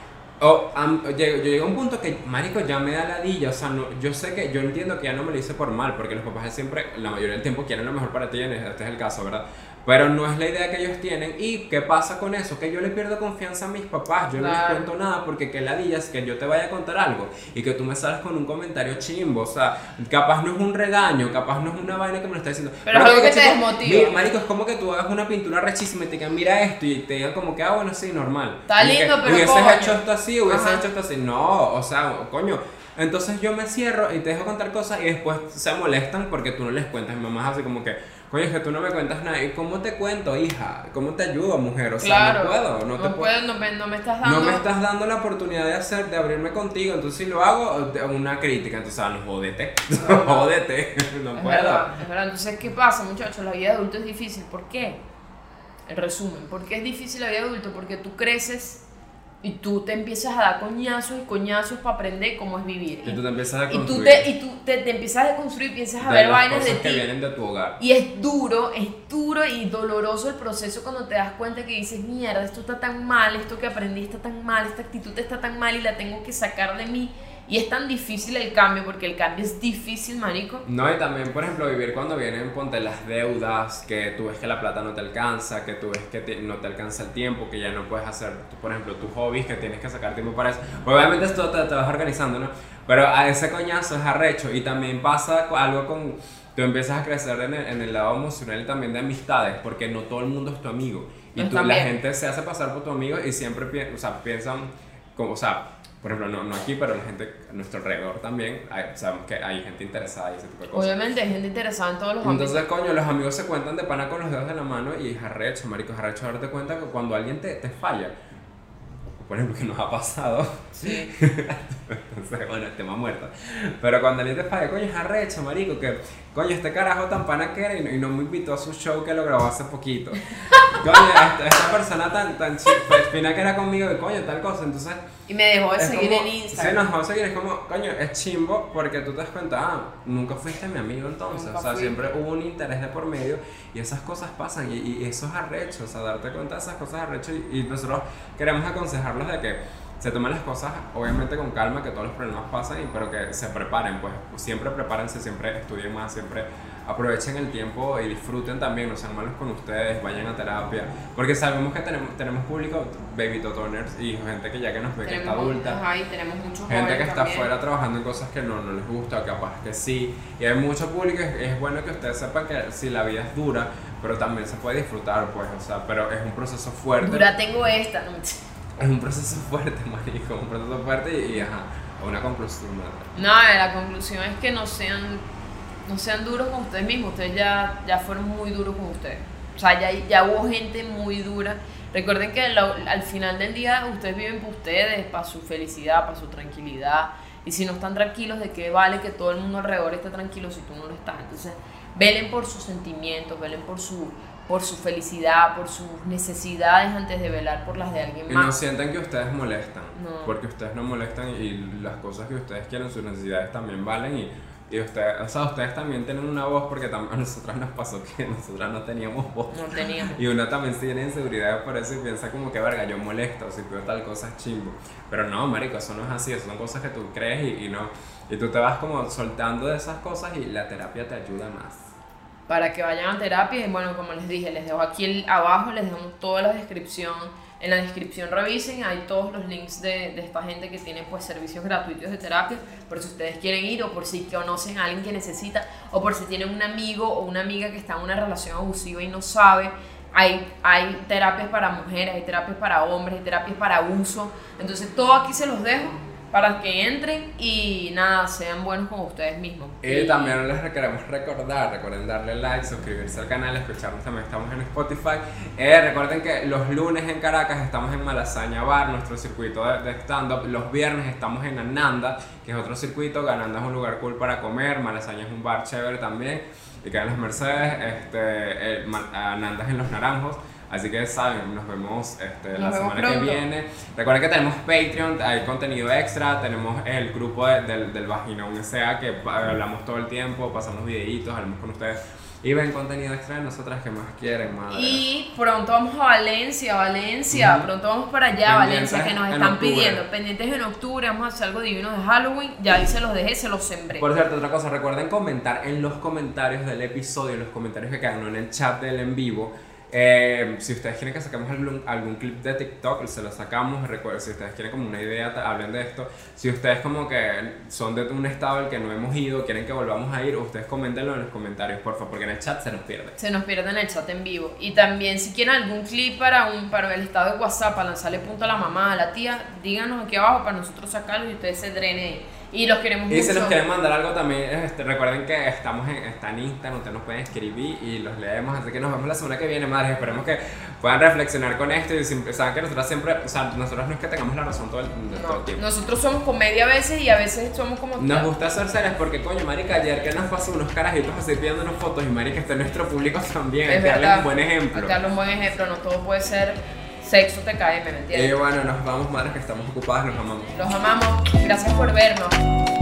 S1: yo llegué a un punto que marico ya me da ladilla, o sea, no, yo entiendo que ya no me lo hice por mal porque los papás siempre, la mayoría del tiempo quieren lo mejor para ti, este es el caso, ¿verdad? Pero no es la idea que ellos tienen. ¿Y qué pasa con eso? Que yo le pierdo confianza a mis papás. Yo no les
S2: Claro.
S1: cuento nada porque qué ladilla es que yo te vaya a contar algo y que tú me salgas con un comentario chimbo. O sea, capaz no es un regaño, capaz no es una vaina que me lo está diciendo.
S2: Pero es algo que te
S1: chico,
S2: desmotiva.
S1: Marico, es como que tú hagas una pintura rechísima y te digan, mira esto, y te digan como que, bueno, sí, normal.
S2: Está
S1: Y que
S2: lindo, pero
S1: hubieses
S2: coño.
S1: hecho esto así, hubieses
S2: Ajá.
S1: hecho esto así. No, o sea, coño. Entonces yo me cierro y te dejo contar cosas y después se molestan porque tú no les cuentas. Mi mamá es así como que, coño, es que tú no me cuentas nada. ¿Y cómo te cuento, hija? ¿Cómo te ayudo, mujer? O sea,
S2: Claro,
S1: no puedo, no te puedo.
S2: no me estás dando.
S1: No me estás dando la oportunidad de abrirme contigo, entonces si lo hago, una crítica, entonces, no, jódete, jódete, no
S2: Es
S1: puedo.
S2: verdad, es verdad. Entonces, ¿qué pasa, muchachos? La vida de adulto es difícil. ¿Por qué? En resumen, ¿por qué es difícil la vida de adulto? Porque tú creces y tú te empiezas a dar coñazos y coñazos para aprender cómo es vivir.
S1: Y tú te empiezas a construir.
S2: Y tú te empiezas a construir y piensas a
S1: de
S2: ver
S1: las
S2: vainas de
S1: cosas que
S2: ti.
S1: vienen de tu hogar.
S2: Y es duro y doloroso el proceso cuando te das cuenta que dices, mierda, esto está tan mal, esto que aprendí está tan mal, esta actitud está tan mal y la tengo que sacar de mí. Y es tan difícil el cambio, porque el cambio es difícil, marico.
S1: No, y también, por ejemplo, vivir cuando vienen, ponte las deudas, que tú ves que la plata no te alcanza, que tú ves que no te alcanza el tiempo, que ya no puedes hacer, por ejemplo, tus hobbies, que tienes que sacar tiempo para eso. Obviamente esto te vas organizando, ¿no? Pero a ese coñazo es arrecho. Y también pasa algo con... Tú empiezas a crecer en el lado emocional y también de amistades, porque no todo el mundo es tu amigo. Y la gente se hace pasar por tu amigo y siempre piensan como, o sea... Por ejemplo, no aquí, pero la gente a nuestro alrededor también, sabemos que hay gente interesada y ese tipo de cosas.
S2: Obviamente hay gente interesada en todos los ámbitos.
S1: Entonces, coño, los amigos se cuentan de pana con los dedos de la mano y es arrecho, marico, es arrecho darte cuenta que cuando alguien te falla, por ejemplo, que nos ha pasado,
S2: Sí.
S1: entonces, bueno, el tema muerto, pero cuando alguien te falla, coño, es arrecho, marico, que, coño, este carajo tan pana que era y no me invitó a su show que lo grabó hace poquito. Coño, esta persona tan fina que era conmigo, que coño, tal cosa, entonces...
S2: Y me dejó de
S1: Es
S2: seguir
S1: como-
S2: en Instagram.
S1: Sí, nos dejó de seguir, es como, coño, es chimbo porque tú te das cuenta, nunca fuiste mi amigo entonces,
S2: Nunca
S1: o sea,
S2: fui.
S1: siempre hubo un interés de por medio y esas cosas pasan y eso es arrecho, o sea, darte cuenta de esas cosas es arrecho y nosotros queremos aconsejarlos de que se tomen las cosas obviamente con calma, que todos los problemas pasan, pero que se preparen, pues siempre prepárense, siempre estudien más, siempre aprovechen el tiempo y disfruten también, no sean malos con ustedes, vayan a terapia, porque sabemos que tenemos público baby totoners y gente que ya que nos ve que está adulta,
S2: Ajá, y tenemos muchos
S1: gente
S2: jóvenes
S1: que está
S2: también.
S1: afuera trabajando en cosas que no les gusta, o capaz que sí, y hay mucho público, es bueno que ustedes sepan que sí, la vida es dura, pero también se puede disfrutar, pues, o sea, pero es un proceso fuerte.
S2: Dura tengo esta. No,
S1: Es un proceso fuerte, marico, un proceso fuerte y ajá, una conclusión, madre.
S2: no, la conclusión es que no sean duros con ustedes mismos. Ustedes ya fueron muy duros con ustedes. O sea, ya hubo gente muy dura. Recuerden que al final del día ustedes viven por ustedes, para su felicidad, para su tranquilidad. Y si no están tranquilos, ¿de qué vale que todo el mundo alrededor esté tranquilo si tú no lo estás? Entonces, velen por sus sentimientos, velen por su felicidad, por sus necesidades antes de velar por las de alguien
S1: Y
S2: más.
S1: no sientan que ustedes molestan,
S2: No.
S1: porque ustedes no molestan y las cosas que ustedes quieren, sus necesidades también valen y ustedes, o sea, ustedes también tienen una voz, porque a nosotras nos pasó que nosotras no teníamos voz.
S2: No teníamos.
S1: Y uno también se tiene inseguridad por eso y piensa como que verga, yo molesto, si pido tal cosa es chimbo. Pero no, marico, eso no es así, eso son cosas que tú crees y no. Y tú te vas como soltando de esas cosas y la terapia te ayuda más.
S2: Para que vayan a terapia y bueno, como les dije, les dejo aquí abajo, les dejamos toda la descripción. En la descripción revisen, hay todos los links de esta gente que tiene pues servicios gratuitos de terapia, por si ustedes quieren ir o por si conocen a alguien que necesita o por si tienen un amigo o una amiga que está en una relación abusiva y no sabe. Hay terapias para mujeres, hay terapias para hombres, hay terapias para uso. Entonces todo aquí se los dejo para que entren y nada, sean buenos con ustedes mismos.
S1: Y también les queremos recuerden darle like, suscribirse al canal, escucharnos también, estamos en Spotify. Recuerden que los lunes en Caracas estamos en Malasaña Bar, nuestro circuito de stand-up. Los viernes estamos en Ananda, que es otro circuito. Ananda es un lugar cool para comer, Malasaña es un bar chévere también, y queda en las Mercedes, Ananda es en Los Naranjos. Así que saben, nos vemos la semana
S2: pronto.
S1: que viene. Recuerden que tenemos Patreon, hay contenido extra, tenemos el grupo del Vaginón S.A. que hablamos todo el tiempo, pasamos videitos, hablamos con ustedes y ven contenido extra de nosotras que más quieren, madre.
S2: Y pronto vamos a Valencia, pronto vamos para allá,
S1: Pendientes
S2: Valencia, que nos
S1: en
S2: están
S1: octubre.
S2: pidiendo. Pendientes en octubre, vamos a hacer algo divino de Halloween. Ya ahí se los dejé, se los sembré.
S1: Por cierto, otra cosa, recuerden comentar en los comentarios del episodio, en los comentarios que quedan, no en el chat del en vivo. Si ustedes quieren que saquemos algún clip de TikTok, se lo sacamos. Recuerden, si ustedes quieren como una idea, hablen de esto. Si ustedes como que son de un estado al que no hemos ido, quieren que volvamos a ir, ustedes coméntenlo en los comentarios, por favor, porque en el chat se nos pierde.
S2: Se nos pierde en el chat en vivo. Y también si quieren algún clip para el estado de WhatsApp, para lanzarle punto a la mamá, a la tía, díganos aquí abajo para nosotros sacarlo y ustedes se drenen. Y los queremos mucho.
S1: Y si nos quieren mandar algo también, recuerden que está en Instagram, ustedes nos pueden escribir y los leemos, así que nos vemos la semana que viene, madres. Esperemos que puedan reflexionar con esto y saben que nosotros siempre, o sea, nosotros no es que tengamos la razón todo el tiempo.
S2: Nosotros somos comedia a veces y a veces somos como...
S1: Nos gusta hacer series porque, coño, marica, ayer que nos pasó unos carajitos así pidiéndonos fotos y marica, está en nuestro público también, hay que darles un buen ejemplo.
S2: Hay que darle un buen ejemplo, no todo puede ser sexo TKM, ¿me entiendes?
S1: Y bueno, nos vamos, madres, que estamos ocupadas, los amamos.
S2: Los amamos, gracias por vernos.